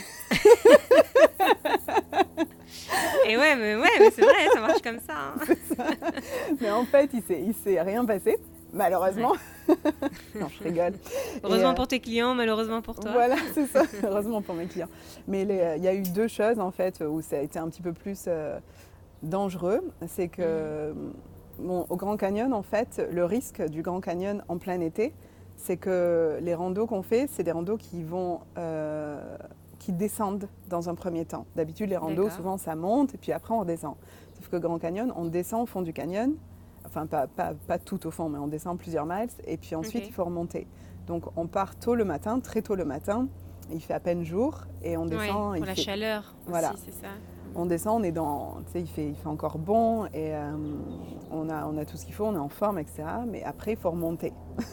Et ouais, mais, ouais, mais c'est vrai, ça marche comme ça. Hein. C'est ça. Mais en fait, il s'est, il s'est rien passé. Malheureusement. Ouais. Non, je rigole. Heureusement euh, pour tes clients, malheureusement pour toi. Voilà, c'est ça. Heureusement pour mes clients. Mais il euh, y a eu deux choses, en fait, où ça a été un petit peu plus euh, dangereux. C'est que, mmh. bon, au Grand Canyon, en fait, le risque du Grand Canyon en plein été, c'est que les randos qu'on fait, c'est des randos qui vont... Euh, qui descendent dans un premier temps. D'habitude, les randos, D'accord. souvent, ça monte et puis après, on redescend. Sauf que Grand Canyon, on descend au fond du canyon. Enfin, pas, pas, pas tout au fond, mais on descend plusieurs miles. Et puis ensuite, okay. il faut remonter. Donc, on part tôt le matin, très tôt le matin. Il fait à peine jour. Et on descend... Oui, pour il la fait... chaleur voilà. aussi, c'est ça. On descend, on est dans... Tu sais, il fait, il fait encore bon. Et euh, on, a, on a tout ce qu'il faut, on est en forme, et cetera. Mais après, il faut remonter.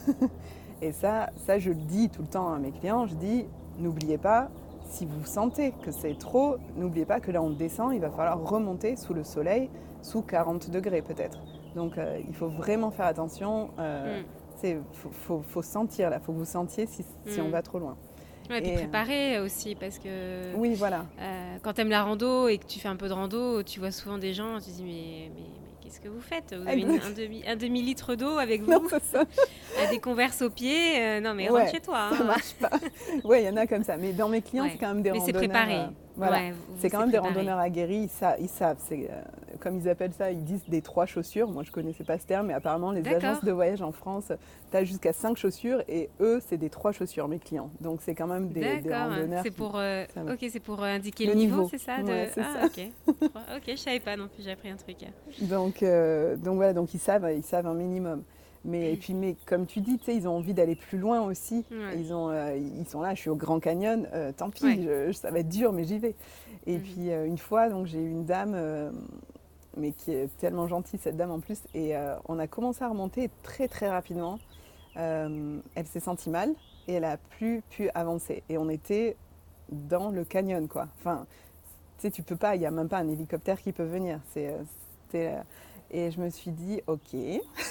Et ça, ça, je le dis tout le temps à mes clients. Je dis, n'oubliez pas, si vous sentez que c'est trop, n'oubliez pas que là, on descend. Il va falloir remonter sous le soleil, sous quarante degrés peut-être. Donc, euh, il faut vraiment faire attention. Il euh, mm. faut, faut, faut sentir, là. Il faut que vous sentiez si, si mm. on va trop loin. Ouais, et puis préparer euh, aussi, parce que oui, voilà. euh, quand tu aimes la rando et que tu fais un peu de rando, tu vois souvent des gens, tu te dis, mais, mais, mais qu'est-ce que vous faites? Vous avez une, un, demi, un demi-litre d'eau avec vous, non, c'est ça. Des Converse aux pieds, euh, non mais ouais, rentre chez toi. Ça hein. marche pas. Oui, il y en a comme ça. Mais dans mes clients, ouais. c'est quand même des mais randonneurs. Mais c'est préparé. Euh, voilà. Ouais, c'est quand même préparé. Des randonneurs aguerris. Ils savent. Ils savent c'est, euh, comme ils appellent ça, ils disent des trois chaussures. Moi, je ne connaissais pas ce terme, mais apparemment, les D'accord. agences de voyage en France, tu as jusqu'à cinq chaussures et eux, c'est des trois chaussures, mes clients. Donc, c'est quand même des, des randonneurs. C'est pour, euh, ok, c'est pour euh, indiquer le, le niveau, niveau. c'est ça de... ouais, c'est ah, ça. ok. Ok, je savais pas non plus, j'ai appris un truc. Donc, euh, donc voilà, donc ils savent, ils savent un minimum. Mais, et puis, mais comme tu dis, ils ont envie d'aller plus loin aussi. Ouais. Ils, ont, euh, ils sont là, je suis au Grand Canyon, euh, tant pis, ouais. je, je, ça va être dur, mais j'y vais. Et mmh. puis euh, une fois, donc, j'ai eu une dame, euh, mais qui est tellement gentille, cette dame en plus, et euh, on a commencé à remonter très très rapidement. Euh, elle s'est sentie mal et elle n'a plus pu avancer. Et on était dans le canyon, quoi. Enfin, tu sais, tu peux pas, il n'y a même pas un hélicoptère qui peut venir. C'est, c'est, et je me suis dit, ok...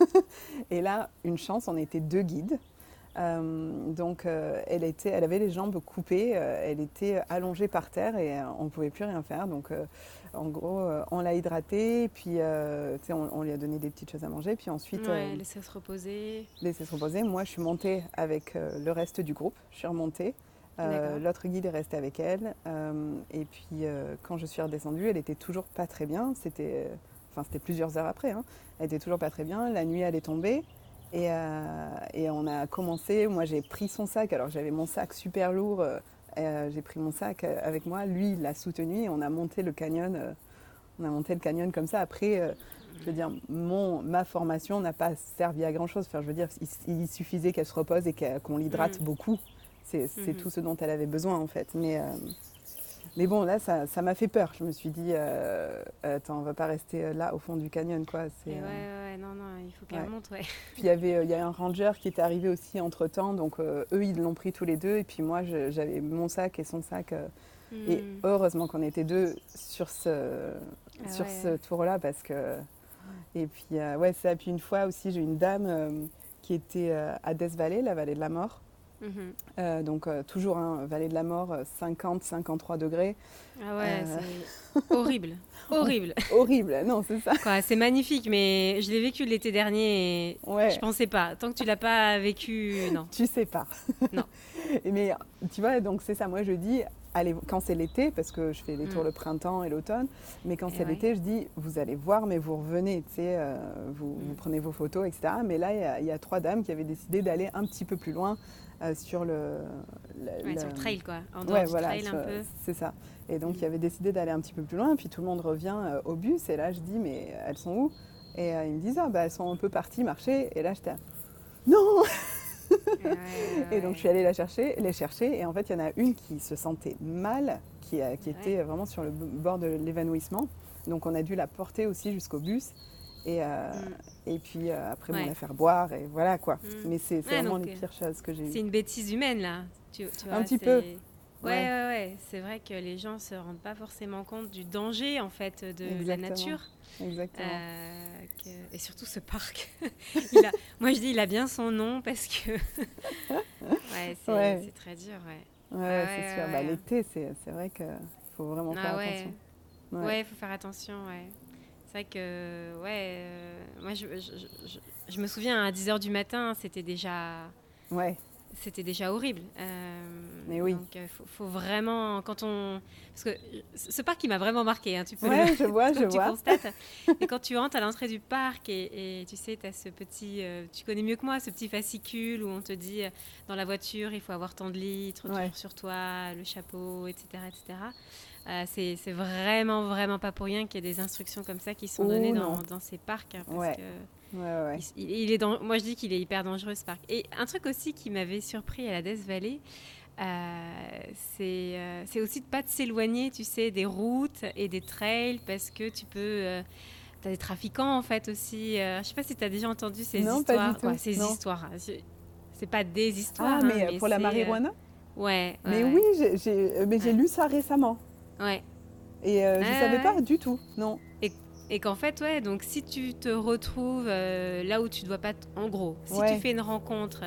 Et là, une chance, on était deux guides. Euh, donc, euh, elle, était, elle avait les jambes coupées, euh, elle était allongée par terre et euh, on ne pouvait plus rien faire. Donc, euh, en gros, euh, on l'a hydratée, puis euh, on, on lui a donné des petites choses à manger, puis ensuite... Ouais, euh, laisser se reposer. Laisser se reposer. Moi, je suis montée avec euh, le reste du groupe. Je suis remontée. Euh, l'autre guide est resté avec elle. Euh, et puis, euh, quand je suis redescendue, elle était toujours pas très bien. C'était, enfin, c'était plusieurs heures après. Hein. Elle était toujours pas très bien. La nuit, elle est tombée. Et, euh, et on a commencé. Moi, j'ai pris son sac. Alors, j'avais mon sac super lourd. Euh, j'ai pris mon sac avec moi. Lui, il l'a soutenu. Et on a monté le canyon. Euh, on a monté le canyon comme ça. Après, euh, je veux dire, mon, ma formation n'a pas servi à grand-chose. Enfin, je veux dire, il, il suffisait qu'elle se repose et qu'elle, qu'on l'hydrate mmh. beaucoup. C'est, c'est mmh. tout ce dont elle avait besoin, en fait. Mais, euh, mais bon, là, ça, ça m'a fait peur. Je me suis dit, euh, attends, on ne va pas rester là, au fond du canyon, quoi. C'est, ouais, euh... ouais, non, non, il faut qu'elle ouais. monte, ouais. Puis il y avait, il y a un ranger qui est arrivé aussi entre-temps. Donc, euh, eux, ils l'ont pris tous les deux. Et puis moi, je, j'avais mon sac et son sac. Euh, mmh. Et heureusement qu'on était deux sur ce, ah, sur ouais. ce tour-là, parce que... Et puis, euh, ouais, ça. Puis une fois aussi, j'ai une dame euh, qui était euh, à Death Valley, la vallée de la mort. Mmh. Euh, donc, euh, toujours, hein, vallée de la mort, cinquante à cinquante-trois degrés. Ah ouais, euh... c'est horrible. Horrible. Horrible, non, c'est ça. Quoi, c'est magnifique, mais je l'ai vécu l'été dernier et ouais. je pensais pas. Tant que tu l'as pas vécu, non. Tu sais pas. Non. Mais tu vois, donc c'est ça. Moi, je dis, allez, quand c'est l'été, parce que je fais les tours mmh. le printemps et l'automne, mais quand et c'est ouais. l'été, je dis, vous allez voir, mais vous revenez, tu sais, euh, vous, mmh. vous prenez vos photos, et cetera. Mais là, il y, y a trois dames qui avaient décidé d'aller un petit peu plus loin euh, sur le, le, ouais, le... sur le trail, quoi. En dehors ouais, du voilà, trail, sur, un peu. C'est ça. Et donc, mmh. il avait décidé d'aller un petit peu plus loin, puis tout le monde revient euh, au bus, et là, je dis, mais elles sont où? Et euh, ils me disent, ah, bah, elles sont un peu parties marcher, et là, j'étais, non. Ouais, ouais. Et donc je suis allée la chercher, les chercher et en fait il y en a une qui se sentait mal, qui, a, qui était ouais. vraiment sur le bord de l'évanouissement. Donc on a dû la porter aussi jusqu'au bus et, euh, mm. et puis euh, après ouais. bon, la faire boire et voilà quoi. Mm. Mais c'est, c'est ouais, vraiment donc, les pires choses que j'ai eues. C'est une bêtise humaine là. Tu, tu vois, Un petit c'est... peu. Ouais, ouais, ouais, ouais. C'est vrai que les gens ne se rendent pas forcément compte du danger en fait de Exactement. La nature. Exactement. Euh, que... Et surtout ce parc. il a... Moi je dis il a bien son nom parce que ouais, c'est, ouais. c'est très dur. Ouais, ouais, ouais c'est ouais, sûr. Ouais. Bah, l'été, c'est, c'est vrai qu'il faut vraiment faire ah, ouais. attention. Ouais, ouais, il faut faire attention. Ouais. C'est vrai que ouais, euh... moi je, je, je, je me souviens à dix heures du matin, c'était déjà. Ouais. C'était déjà horrible. Euh, Mais oui. Donc, il euh, faut, faut vraiment, quand on... Parce que ce parc, il m'a vraiment marqué. Hein, tu peux ouais, le... je vois, je tu vois. constates. Et quand tu entres à l'entrée du parc et, et tu sais, tu as ce petit... Euh, tu connais mieux que moi ce petit fascicule où on te dit, euh, dans la voiture, il faut avoir tant de litres ouais. sur toi, le chapeau, et cetera, et cetera. Euh, c'est, c'est vraiment, vraiment pas pour rien qu'il y ait des instructions comme ça qui sont données dans, dans ces parcs. Hein, parce ouais. que Ouais, ouais. Il, il est dans, moi, je dis qu'il est hyper dangereux, ce parc. Et un truc aussi qui m'avait surpris à la Death Valley, euh, c'est, euh, c'est aussi de ne pas s'éloigner, tu sais, des routes et des trails, parce que tu peux... Euh, tu as des trafiquants, en fait, aussi. Euh, je ne sais pas si tu as déjà entendu ces non, histoires. Pas du tout. Ouais, ces non. histoires. C'est pas des histoires. Ah, mais, hein, mais pour la marijuana euh... Ouais, ouais. Mais ouais. oui, j'ai, j'ai, mais j'ai ouais. lu ça récemment. Ouais. Et euh, je ne ah, savais ouais. pas du tout, non. Et Et qu'en fait, ouais, donc si tu te retrouves euh, là où tu ne dois pas... T- en gros, si ouais. tu fais une rencontre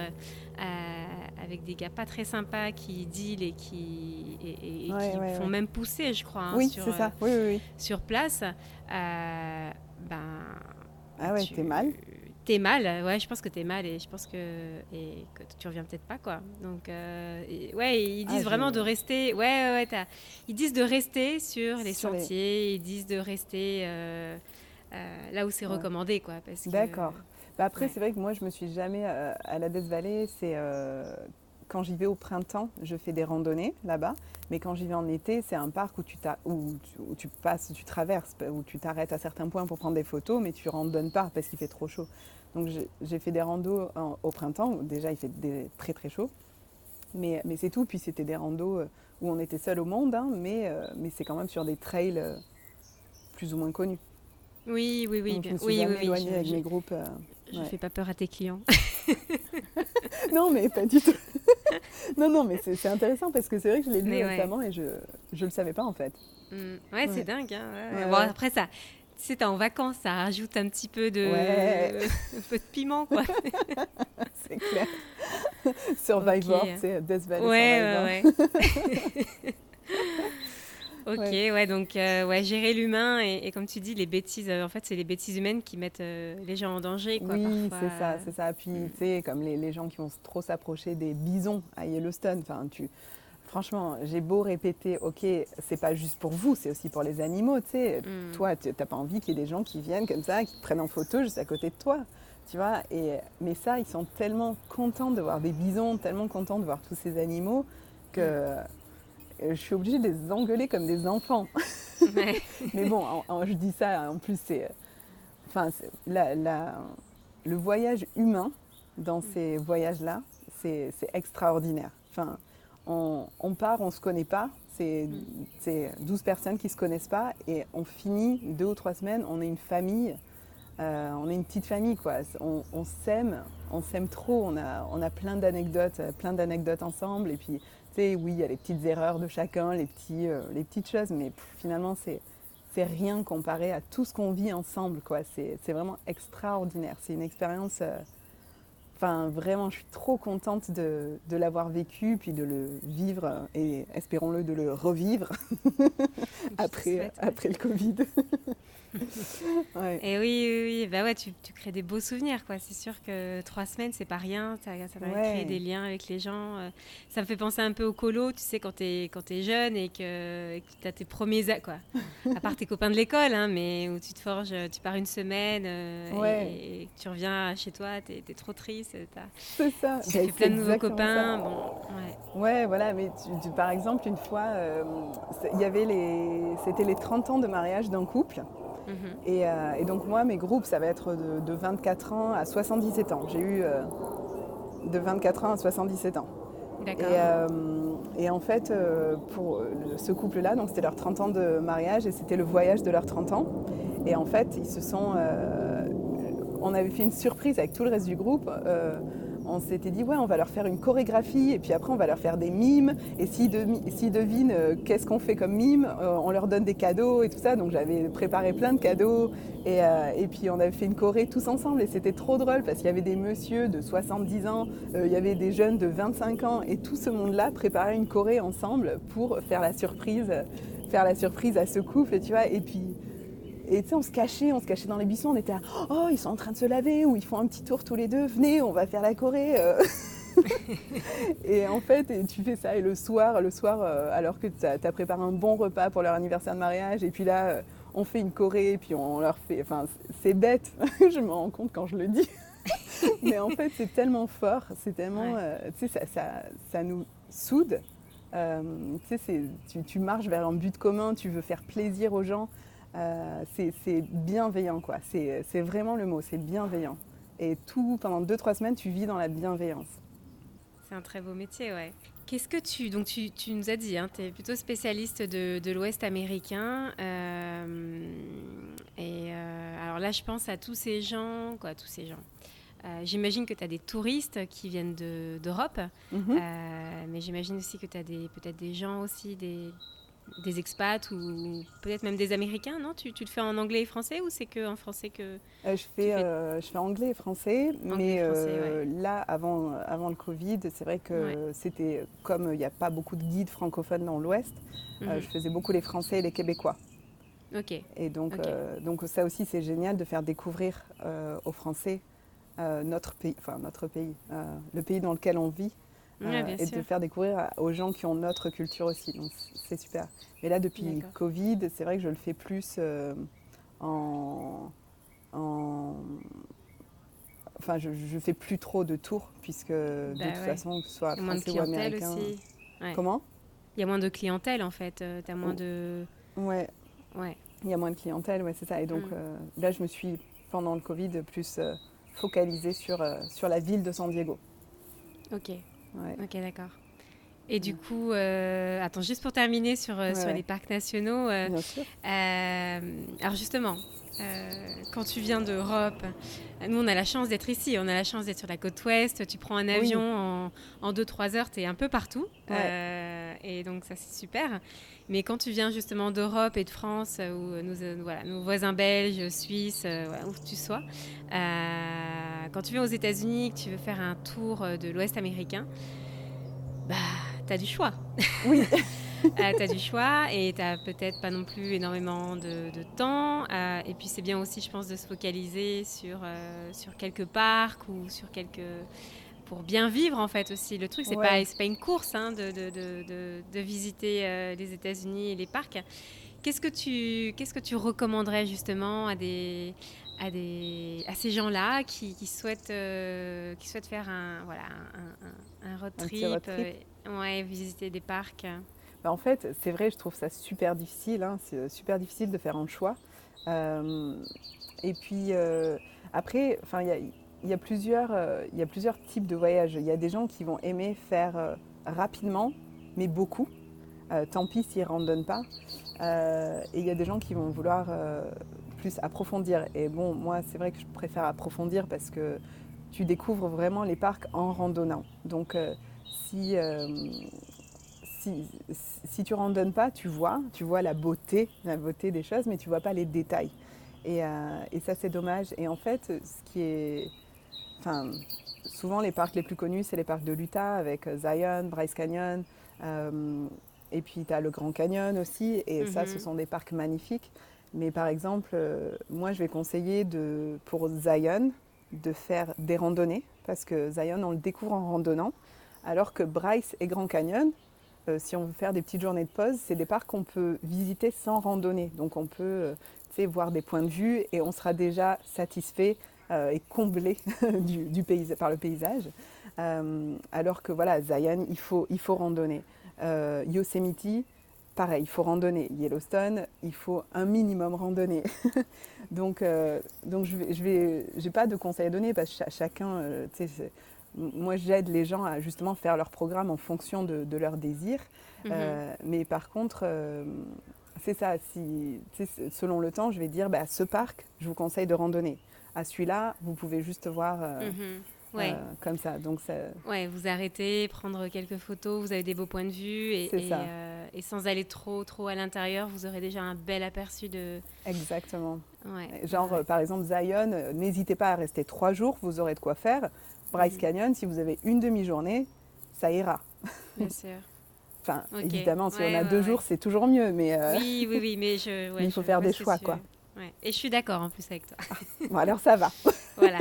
euh, avec des gars pas très sympas qui dealent et qui, et, et ouais, qui ouais, font ouais. même pousser, je crois, hein, oui, sur, c'est ça. Oui, oui, oui. sur place, euh, ben... Ah ouais, tu, t'es mal T'es mal, ouais, je pense que t'es mal et je pense que, et que tu reviens peut-être pas, quoi. Donc, euh, et, ouais, ils disent ah, vraiment je... de rester... Ouais, ouais, ouais t'as, ils disent de rester sur les sur sentiers, les... ils disent de rester... Euh, Euh, là où c'est ouais. recommandé, quoi. Parce que... D'accord. Bah après, ouais. c'est vrai que moi, je me suis jamais euh, à la Death Valley. C'est euh, quand j'y vais au printemps, je fais des randonnées là-bas. Mais quand j'y vais en été, c'est un parc où tu, où tu, où tu passes, tu traverses, où tu t'arrêtes à certains points pour prendre des photos, mais tu randonnes pas parce qu'il fait trop chaud. Donc j'ai, j'ai fait des randos en, au printemps. Où déjà, il fait des, très très chaud. Mais, mais c'est tout. Puis c'était des randos où on était seul au monde, hein, mais, euh, mais c'est quand même sur des trails euh, plus ou moins connus. Oui, oui, oui. Donc, je me suis oui, jamais oui, éloignée oui, avec je, mes groupes. Euh, je ne ouais. fais pas peur à tes clients. Non, mais pas du tout. non, non, mais c'est, c'est intéressant parce que c'est vrai que je l'ai lu mais récemment ouais. et je ne le savais pas en fait. Mmh. Ouais, ouais, c'est dingue. Hein, ouais. Ouais, bon, ouais. après, ça, tu sais, t'es en vacances, ça rajoute un petit peu de, Ouais. un peu de piment, quoi. C'est clair. Survivor, Ok. tu sais, Death Valley Ouais, Survivor. ouais, ouais. Ok, Ouais. ouais, donc euh, ouais, gérer l'humain et, et comme tu dis, les bêtises, euh, en fait, c'est les bêtises humaines qui mettent euh, les gens en danger, quoi, Oui, parfois. c'est ça, euh. c'est ça. Mm. Puis, tu sais, comme les, les gens qui vont trop s'approcher des bisons à Yellowstone, enfin, tu... Franchement, j'ai beau répéter, ok, c'est pas juste pour vous, c'est aussi pour les animaux, tu sais. Mm. Toi, tu n'as pas envie qu'il y ait des gens qui viennent comme ça, qui te prennent en photo juste à côté de toi, tu vois. Et, mais ça, ils sont tellement contents de voir des bisons, tellement contents de voir tous ces animaux que Mm. euh, je suis obligée de les engueuler comme des enfants. Ouais. Mais bon, en- en- je dis ça, en plus, c'est, enfin, c'est- la- la- le voyage humain dans Mm. ces voyages-là, c'est c'est extraordinaire. Enfin, on, on part, on ne se connaît pas, c'est Mm. c'est douze personnes qui ne se connaissent pas et on finit deux ou trois semaines, on est une famille, euh, on est une petite famille, quoi. On, on s'aime, on s'aime trop, on a, on a plein d'anecdotes, euh, plein d'anecdotes ensemble. Et puis, tu sais, oui, il y a les petites erreurs de chacun, les, petits, euh, les petites choses, mais pff, finalement, c'est, c'est rien comparé à tout ce qu'on vit ensemble, quoi. C'est, c'est vraiment extraordinaire. C'est une expérience. euh, Enfin, vraiment, je suis trop contente de, de l'avoir vécu, puis de le vivre euh, et espérons-le de le revivre Je te après, souhaite, ouais. après le Covid. Ouais. Et oui, oui, oui, bah ouais, tu, tu crées des beaux souvenirs, quoi. C'est sûr que trois semaines, c'est pas rien. Ça, ça va créer des Ouais. liens avec les gens. euh. Ça me fait penser un peu au colo, tu sais, quand t'es, quand t'es jeune et que, et que t'as tes premiers... a- Quoi. À part tes copains de l'école, hein, mais où tu te forges, tu pars une semaine euh, Ouais. et, et tu reviens chez toi, t'es, t'es trop triste, t'as, C'est ça, tu ben, fais c'est plein de nouveaux exactement ça. copains. Bon, ouais. Ouais, voilà, mais tu, tu- par exemple, une fois, euh, c'est- il y avait les, c'était les trente ans de mariage d'un couple. Mhm. Et, euh, et donc moi, mes groupes, ça va être de, de vingt-quatre ans à soixante-dix-sept ans. J'ai eu euh, de vingt-quatre ans à soixante-dix-sept ans. Et, D'accord. euh, et en fait, euh, pour le- ce couple-là, donc c'était leurs trente ans de mariage et c'était le voyage de leurs trente ans. Et en fait, ils se sont... euh, on avait fait une surprise avec tout le reste du groupe. Euh, on s'était dit, ouais, on va leur faire une chorégraphie et puis après, on va leur faire des mimes. Et s'ils, de- s'ils devinent euh, qu'est-ce qu'on fait comme mime, euh, on leur donne des cadeaux et tout ça. Donc j'avais préparé plein de cadeaux. Et, euh, et puis on avait fait une choré tous ensemble et c'était trop drôle parce qu'il y avait des messieurs de soixante-dix ans, euh, il y avait des jeunes de vingt-cinq ans et tout ce monde-là préparait une choré ensemble pour faire la surprise, faire la surprise à ce couple, tu vois. Et puis et tu sais, on se cachait, on se cachait dans les buissons, on était là, oh, ils sont en train de se laver, ou ils font un petit tour tous les deux, venez, on va faire la choré. euh. Et en fait, et tu fais ça, et le soir, le soir, euh, alors que tu as préparé un bon repas pour leur anniversaire de mariage, et puis là, euh, on fait une choré, et puis on leur fait, enfin, c'est bête, je me rends compte quand je le dis. Mais en fait, c'est tellement fort, c'est tellement, Ouais. euh, tu sais, ça, ça, ça nous soude. Euh, tu sais, c'est- tu, tu marches vers un but commun, tu veux faire plaisir aux gens. Euh, c'est c'est bienveillant, quoi. C'est c'est vraiment le mot, c'est bienveillant. Et tout, pendant deux, trois semaines, tu vis dans la bienveillance. C'est un très beau métier, ouais. Qu'est-ce que tu... Donc, tu, tu nous as dit, hein, tu es plutôt spécialiste de, de l'Ouest américain. euh, et euh, alors là, je pense à tous ces gens, quoi, tous ces gens. Euh, j'imagine que tu as des touristes qui viennent de- d'Europe, Mhm. euh, mais j'imagine aussi que tu as des, peut-être des gens aussi, des, des expats ou peut-être même des Américains, non? tu, tu le fais en anglais et français ou c'est que en français que Euh, je, tu fais, fais euh, je fais anglais et français, mais anglais-français, ouais. euh, là, avant, avant le Covid, c'est vrai que Ouais. c'était, comme il n'y a pas beaucoup de guides francophones dans l'Ouest, euh, Mhm. je faisais beaucoup les Français et les Québécois. Ok, Et donc, ok. euh, donc ça aussi, c'est génial de faire découvrir euh, aux Français euh, notre pays, enfin notre pays, euh, le pays dans lequel on vit, Ouais, euh, bien et sûr. de faire découvrir à- aux gens qui ont notre culture aussi. Donc c'est super. Mais là, depuis D'accord. Covid, c'est vrai que je le fais plus euh, en, en- Enfin, je, je fais plus trop de tours, puisque de Bah toute ouais. façon, que ce soit Il y a moins de français ou clientèle américain. aussi. Ouais. Comment? Il y a moins de clientèle en fait. Euh, t'as moins Oh, de. ouais, Ouais. il y a moins de clientèle, ouais, c'est ça. Et donc Mm. euh, là, je me suis, pendant le Covid, plus euh, focalisée sur, euh, sur la ville de San Diego. Ok. Ouais, Ok, d'accord. Et du coup, euh, attends, juste pour terminer sur, euh, ouais, sur ouais, les parcs nationaux. euh, bien sûr. euh, alors justement, euh, quand tu viens d'Europe, nous on a la chance d'être ici, on a la chance d'être sur la côte ouest, tu prends un avion oui. en deux trois heures, tu es un peu partout, ouais. euh, et donc ça c'est super. Mais quand tu viens justement d'Europe et de France, ou nos, euh, voilà, nos voisins belges, suisses, euh, voilà, où tu sois, euh, quand tu viens aux États-Unis, que tu veux faire un tour de l'Ouest américain, bah, tu as du choix. Oui. Euh, tu as du choix et tu n'as peut-être pas non plus énormément de, de temps. Euh, et puis, c'est bien aussi, je pense, de se focaliser sur, euh, sur quelques parcs ou sur quelques... pour bien vivre, en fait, aussi. Le truc, ce n'est ouais. pas, pas une course hein, de, de, de, de, de visiter euh, les États-Unis et les parcs. Qu'est-ce que tu, qu'est-ce que tu recommanderais, justement, à, des, à, des, à ces gens-là qui, qui, souhaitent, euh, qui souhaitent faire un, voilà, un, un, un road trip, un road trip. Euh, ouais, visiter des parcs? En fait, c'est vrai, je trouve ça super difficile. Hein, c'est super difficile de faire un choix. Euh, et puis euh, après, enfin, il y a, y a plusieurs, euh, y a plusieurs types de voyages. Il y a des gens qui vont aimer faire euh, rapidement, mais beaucoup. Euh, tant pis s'ils ne randonnent pas. Euh, et il y a des gens qui vont vouloir euh, plus approfondir. Et bon, moi, c'est vrai que je préfère approfondir parce que tu découvres vraiment les parcs en randonnant. Donc, euh, si euh, Si, si tu ne randonnes pas, tu vois, tu vois la beauté, la beauté des choses, mais tu ne vois pas les détails. Et, euh, et ça, c'est dommage. Et en fait, ce qui est... Enfin, souvent, les parcs les plus connus, c'est les parcs de l'Utah, avec Zion, Bryce Canyon, euh, et puis tu as le Grand Canyon aussi. Et mm-hmm. ça, ce sont des parcs magnifiques. Mais par exemple, euh, moi, je vais conseiller de, pour Zion de faire des randonnées, parce que Zion, on le découvre en randonnant, alors que Bryce et Grand Canyon, Euh, si on veut faire des petites journées de pause, c'est des parcs qu'on peut visiter sans randonnée. Donc on peut euh, voir des points de vue et on sera déjà satisfait euh, et comblé du, du paysage, par le paysage. Euh, alors que voilà, Zion, il faut, il faut randonner. Euh, Yosemite, pareil, il faut randonner. Yellowstone, il faut un minimum randonner. donc, euh, donc je vais, je vais, j'ai pas de conseils à donner parce que ch- chacun, euh, tu sais, moi, j'aide les gens à justement faire leur programme en fonction de, de leurs désirs. Mm-hmm. Euh, mais par contre, euh, c'est ça. Si, selon le temps, je vais dire, bah, à ce parc, je vous conseille de randonner. À celui-là, vous pouvez juste voir euh, mm-hmm. ouais. euh, comme ça. Donc, ça... Ouais, vous arrêtez, prendre quelques photos, vous avez des beaux points de vue. Et, et, euh, et sans aller trop, trop à l'intérieur, vous aurez déjà un bel aperçu de... Exactement. Ouais. Genre, ouais. euh, par exemple, Zion, euh, n'hésitez pas à rester trois jours, vous aurez de quoi faire. Bryce Canyon, si vous avez une demi-journée, ça ira. Bien sûr. Enfin, okay. évidemment, si ouais, on a ouais, deux ouais. jours, c'est toujours mieux. Mais euh... Oui, oui, oui, mais, je, ouais, mais il faut je faire des choix, tu... quoi. Ouais. Et je suis d'accord en plus avec toi. Bon, alors ça va. Voilà.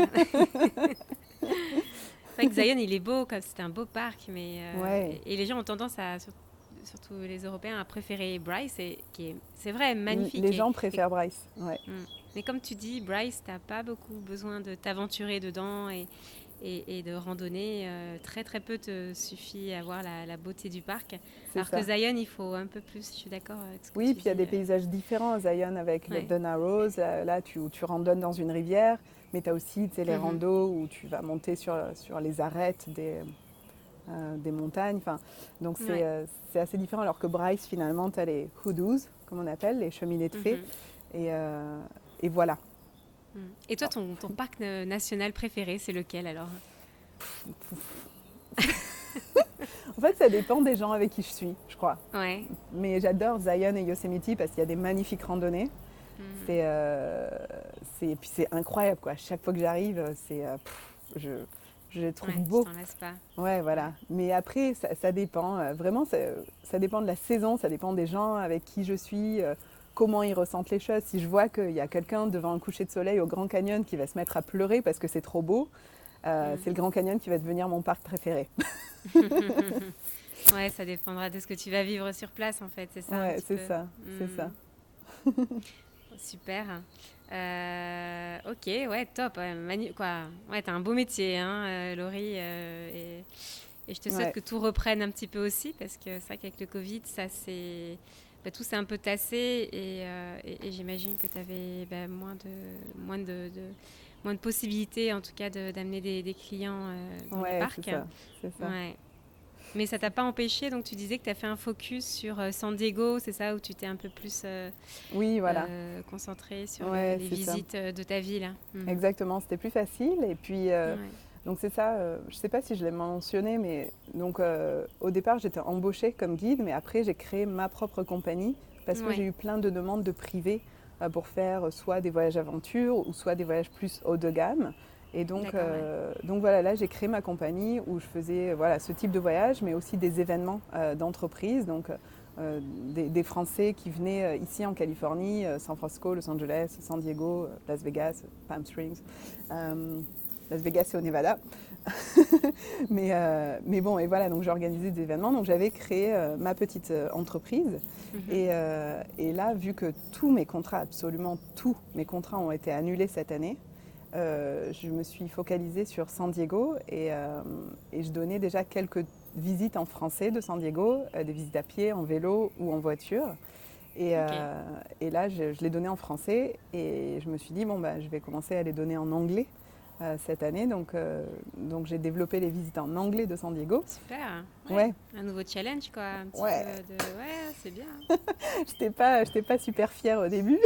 C'est vrai que Zion, il est beau, comme c'est un beau parc, mais euh, ouais. et, et les gens ont tendance à, surtout les Européens, à préférer Bryce, et, qui est, c'est vrai, magnifique. Les gens et, préfèrent et, Bryce, ouais. Mais comme tu dis, Bryce, t'as pas beaucoup besoin de t'aventurer dedans et Et, et de randonnée, euh, très très peu te suffit à voir la, la beauté du parc. C'est Alors ça. Que Zion, il faut un peu plus, je suis d'accord avec ce que oui, tu puis il y a des paysages différents à Zion avec ouais. le Donna Rose. Là, tu, tu randonnes dans une rivière, mais tu as aussi les mm-hmm. randos où tu vas monter sur, sur les arêtes des, euh, des montagnes. Enfin, donc c'est, ouais. euh, c'est assez différent. Alors que Bryce, finalement, tu as les hoodoos, comme on appelle, les cheminées de fées. Mm-hmm. Et, euh, et voilà. Et toi, ton, ton parc national préféré, c'est lequel alors? En fait, ça dépend des gens avec qui je suis, je crois. Ouais. Mais j'adore Zion et Yosemite parce qu'il y a des magnifiques randonnées. Mm. C'est, euh, c'est, puis c'est incroyable, quoi. Chaque fois que j'arrive, c'est, euh, pff, je, je les trouve ouais, beaux. Tu t'en laisses pas. Ouais, voilà. Mais après, ça, ça dépend. Vraiment, ça, ça dépend de la saison, ça dépend des gens avec qui je suis. Euh, comment ils ressentent les choses. Si je vois qu'il y a quelqu'un devant un coucher de soleil au Grand Canyon qui va se mettre à pleurer parce que c'est trop beau, euh, mmh. c'est le Grand Canyon qui va devenir mon parc préféré. Ouais, ça dépendra de ce que tu vas vivre sur place, en fait, c'est ça? Ouais, c'est peu. ça, mmh. c'est ça. Super. Euh, ok, ouais, top. Ouais, manu- quoi. Ouais, t'as un beau métier, hein, euh, Laurie. Euh, et, et je te souhaite ouais. que tout reprenne un petit peu aussi, parce que c'est vrai qu'avec le Covid, ça c'est... Bah, tout s'est un peu tassé et, euh, et, et j'imagine que tu avais bah, moins, de, moins, de, de, moins de possibilités, en tout cas, de, d'amener des, des clients euh, dans ouais, les parcs. C'est ça, c'est ça. Ouais. Mais ça t'a pas empêché, donc tu disais que tu as fait un focus sur euh, San Diego, c'est ça, où tu t'es un peu plus euh, oui, voilà. euh, concentré sur ouais, le, les visites ça. de ta ville. Mmh. Exactement, c'était plus facile. Et puis, euh, ouais. donc c'est ça, euh, je ne sais pas si je l'ai mentionné, mais donc, euh, au départ, j'étais embauchée comme guide, mais après, j'ai créé ma propre compagnie parce que ouais. j'ai eu plein de demandes de privés euh, pour faire soit des voyages aventure ou soit des voyages plus haut de gamme. Et donc, euh, ouais. donc voilà, là j'ai créé ma compagnie où je faisais voilà, ce type de voyage, mais aussi des événements euh, d'entreprise, donc euh, des, des Français qui venaient euh, ici en Californie, euh, San Francisco, Los Angeles, San Diego, euh, Las Vegas, Palm Springs. Euh, Las Vegas c'est au Nevada. mais, euh, mais bon, et voilà, donc j'ai organisé des événements, donc j'avais créé euh, ma petite euh, entreprise. Mm-hmm. et, euh, et là, vu que tous mes contrats, absolument tous mes contrats ont été annulés cette année, Euh, je me suis focalisée sur San Diego et, euh, et je donnais déjà quelques visites en français de San Diego, euh, des visites à pied, en vélo ou en voiture. Et, okay. euh, et là, je, je les donnais en français et je me suis dit, bon, bah, je vais commencer à les donner en anglais euh, cette année. Donc, euh, donc j'ai développé les visites en anglais de San Diego. Super, ouais. ouais. Un nouveau challenge, quoi. Un petit ouais. peu de... ouais, c'est bien. Je n'étais pas, j'étais pas super fière au début.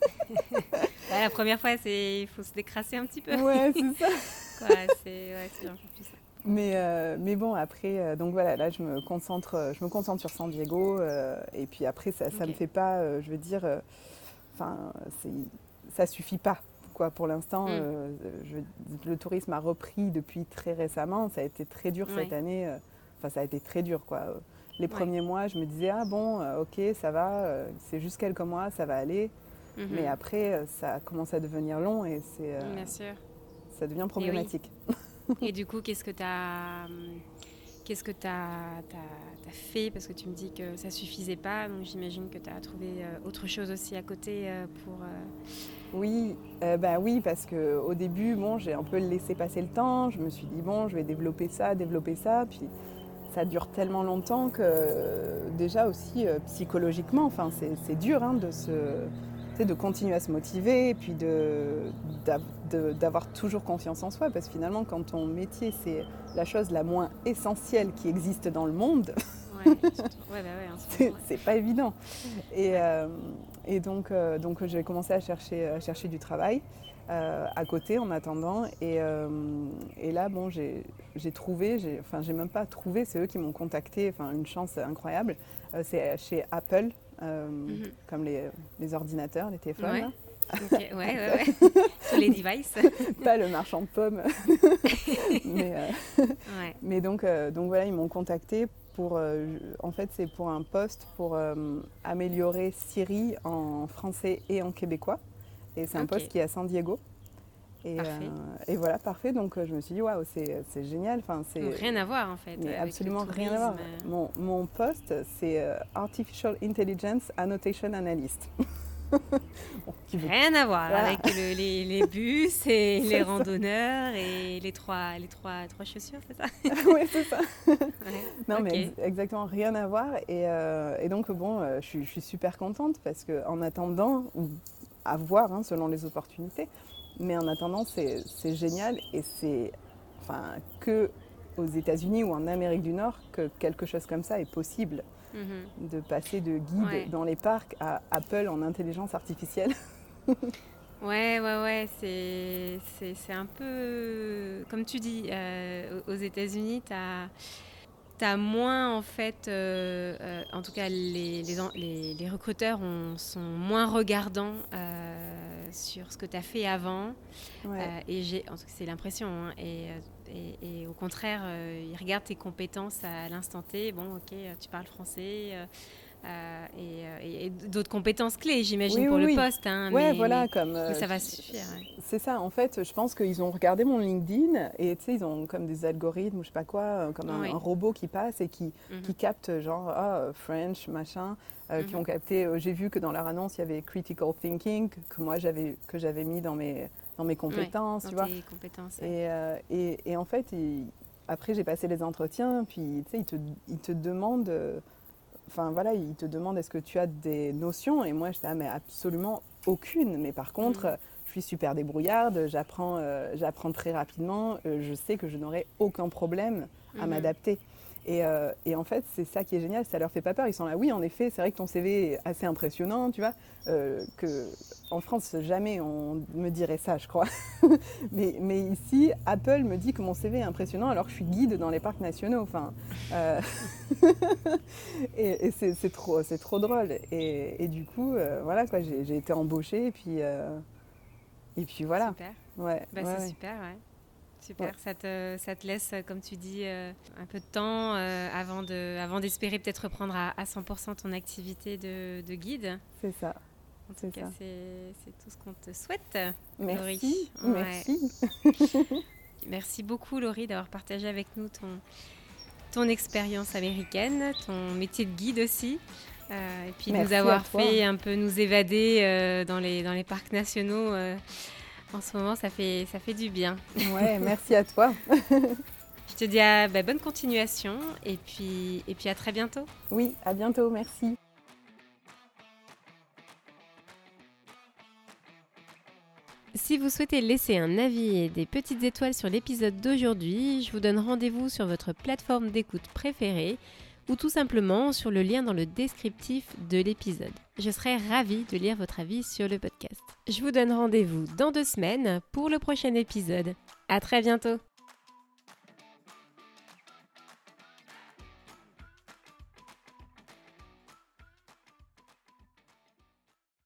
Ouais, la première fois, il faut se décrasser un petit peu. Ouais, c'est ça. Quoi, c'est, ouais, c'est un peu plus ça. Mais, euh, mais bon, après, euh, donc voilà, là, je me concentre, je me concentre sur San Diego. Euh, et puis après, ça ne okay. me fait pas, euh, je veux dire, enfin, euh, ça ne suffit pas. Quoi, pour l'instant, mm. euh, je, le tourisme a repris depuis très récemment. Ça a été très dur ouais. cette année. Enfin, euh, ça a été très dur, quoi. Les ouais. premiers mois, je me disais, ah bon, euh, ok, ça va, euh, c'est juste quelques mois, ça va aller. Mm-hmm. Mais après, ça commence à devenir long et c'est, euh, bien sûr. Ça devient problématique. Et, oui. Et du coup, qu'est-ce que tu as, qu'est-ce que tu as, t'as, t'as fait? Parce que tu me dis que ça ne suffisait pas, donc j'imagine que tu as trouvé euh, autre chose aussi à côté euh, pour... Euh... Oui, euh, bah oui, parce qu'au début, bon, j'ai un peu laissé passer le temps. Je me suis dit, bon, je vais développer ça, développer ça. Puis ça dure tellement longtemps que euh, déjà aussi euh, psychologiquement, enfin, c'est, c'est dur hein, de se... de continuer à se motiver et puis de, de, d'avoir toujours confiance en soi parce que finalement quand ton métier c'est la chose la moins essentielle qui existe dans le monde, ouais, ouais, bah ouais, c'est, c'est pas évident. Et, euh, et donc, euh, donc j'ai commencé à chercher, à chercher du travail euh, à côté en attendant et, euh, et là bon, j'ai, j'ai trouvé, j'ai, enfin j'ai même pas trouvé, c'est eux qui m'ont contacté, enfin une chance incroyable, euh, c'est chez Apple. Euh, mm-hmm. Comme les, les ordinateurs, les téléphones. Ouais. Okay. Ouais, ouais, ouais. Tous les devices. Pas le marchand de pommes. mais, euh, ouais. mais donc, euh, donc voilà, ils m'ont contacté pour, euh, en fait, c'est pour un poste pour euh, améliorer Siri en français et en québécois. Et c'est un okay. poste qui est à San Diego. Et, euh, et voilà, parfait. Donc euh, je me suis dit, waouh, c'est, c'est génial. Enfin, c'est Donc, rien à voir en fait. Mais avec absolument le rien à voir. Mon, mon poste, c'est euh, Artificial Intelligence Annotation Analyst. Bon, rien à voir voilà. avec le, les, les bus et les randonneurs et les trois, les trois, trois chaussures, c'est ça? Oui, c'est ça. Ouais. Non, okay. mais ex- exactement, rien à voir. Et, euh, et donc, bon, euh, je, suis, je suis super contente parce qu'en attendant, ou à voir hein, selon les opportunités, mais en attendant, c'est, c'est génial et c'est enfin, que aux États-Unis ou en Amérique du Nord que quelque chose comme ça est possible. Mm-hmm. De passer de guide ouais. dans les parcs à Apple en intelligence artificielle. Ouais, ouais, ouais, c'est, c'est, c'est un peu... Comme tu dis, euh, aux États-Unis, tu as... T'as moins en fait, euh, euh, en tout cas les, les, les, les recruteurs ont, sont moins regardants euh, sur ce que tu as fait avant. Ouais. Euh, et j'ai, en tout cas c'est l'impression, hein, et, et, et au contraire, euh, ils regardent tes compétences à l'instant T. Bon, ok, tu parles français. Euh, Euh, et, et, et d'autres compétences clés, j'imagine, oui, pour oui, le poste. Hein, ouais, mais, voilà, mais, comme, mais ça euh, va suffire. Ouais. C'est ça, en fait, je pense qu'ils ont regardé mon LinkedIn et tu sais, ils ont comme des algorithmes, je sais pas quoi, comme un, oui. un robot qui passe et qui, mm-hmm. qui capte genre ah, French, machin, euh, mm-hmm. qui ont capté. Euh, j'ai vu que dans leur annonce, il y avait critical thinking que moi j'avais que j'avais mis dans mes dans mes compétences, ouais, tu dans vois. Tes compétences. Ouais. Et, euh, et, et en fait, ils, après j'ai passé les entretiens, puis tu sais, ils te ils te demandent. Euh, Enfin voilà, ils te demandent est-ce que tu as des notions et moi j'étais ah mais absolument aucune. Mais par contre, mmh. je suis super débrouillarde, j'apprends, euh, j'apprends très rapidement, euh, je sais que je n'aurai aucun problème à mmh. m'adapter. Et, euh, et en fait, c'est ça qui est génial, ça leur fait pas peur. Ils sont là, oui, en effet, c'est vrai que ton C V est assez impressionnant, tu vois. Euh, que, en France, jamais on me dirait ça, je crois. mais, mais ici, Apple me dit que mon C V est impressionnant alors que je suis guide dans les parcs nationaux. Enfin, euh... et et c'est, c'est, trop, c'est trop drôle. Et, et du coup, euh, voilà, quoi, j'ai, j'ai été embauchée et puis, euh... et puis voilà. Super. Ouais, bah, ouais, c'est ouais. super, ouais. Super, Ouais. ça, te, ça te laisse, comme tu dis, euh, un peu de temps euh, avant, de, avant d'espérer peut-être reprendre à, à cent pour cent ton activité de, de guide. C'est ça. En tout C'est cas, ça. c'est, c'est tout ce qu'on te souhaite, Merci, Laurie. merci. Ouais. Merci beaucoup, Laurie, d'avoir partagé avec nous ton, ton expérience américaine, ton métier de guide aussi. Euh, et puis de nous Merci à avoir toi. fait un peu nous évader euh, dans, les, dans les parcs nationaux. Euh, en ce moment, ça fait, ça fait du bien. Ouais, merci à toi. Je te dis à, bah, bonne continuation et puis, et puis à très bientôt. Oui, à bientôt, merci. Si vous souhaitez laisser un avis et des petites étoiles sur l'épisode d'aujourd'hui, je vous donne rendez-vous sur votre plateforme d'écoute préférée ou tout simplement sur le lien dans le descriptif de l'épisode. Je serai ravie de lire votre avis sur le podcast. Je vous donne rendez-vous dans deux semaines pour le prochain épisode. À très bientôt.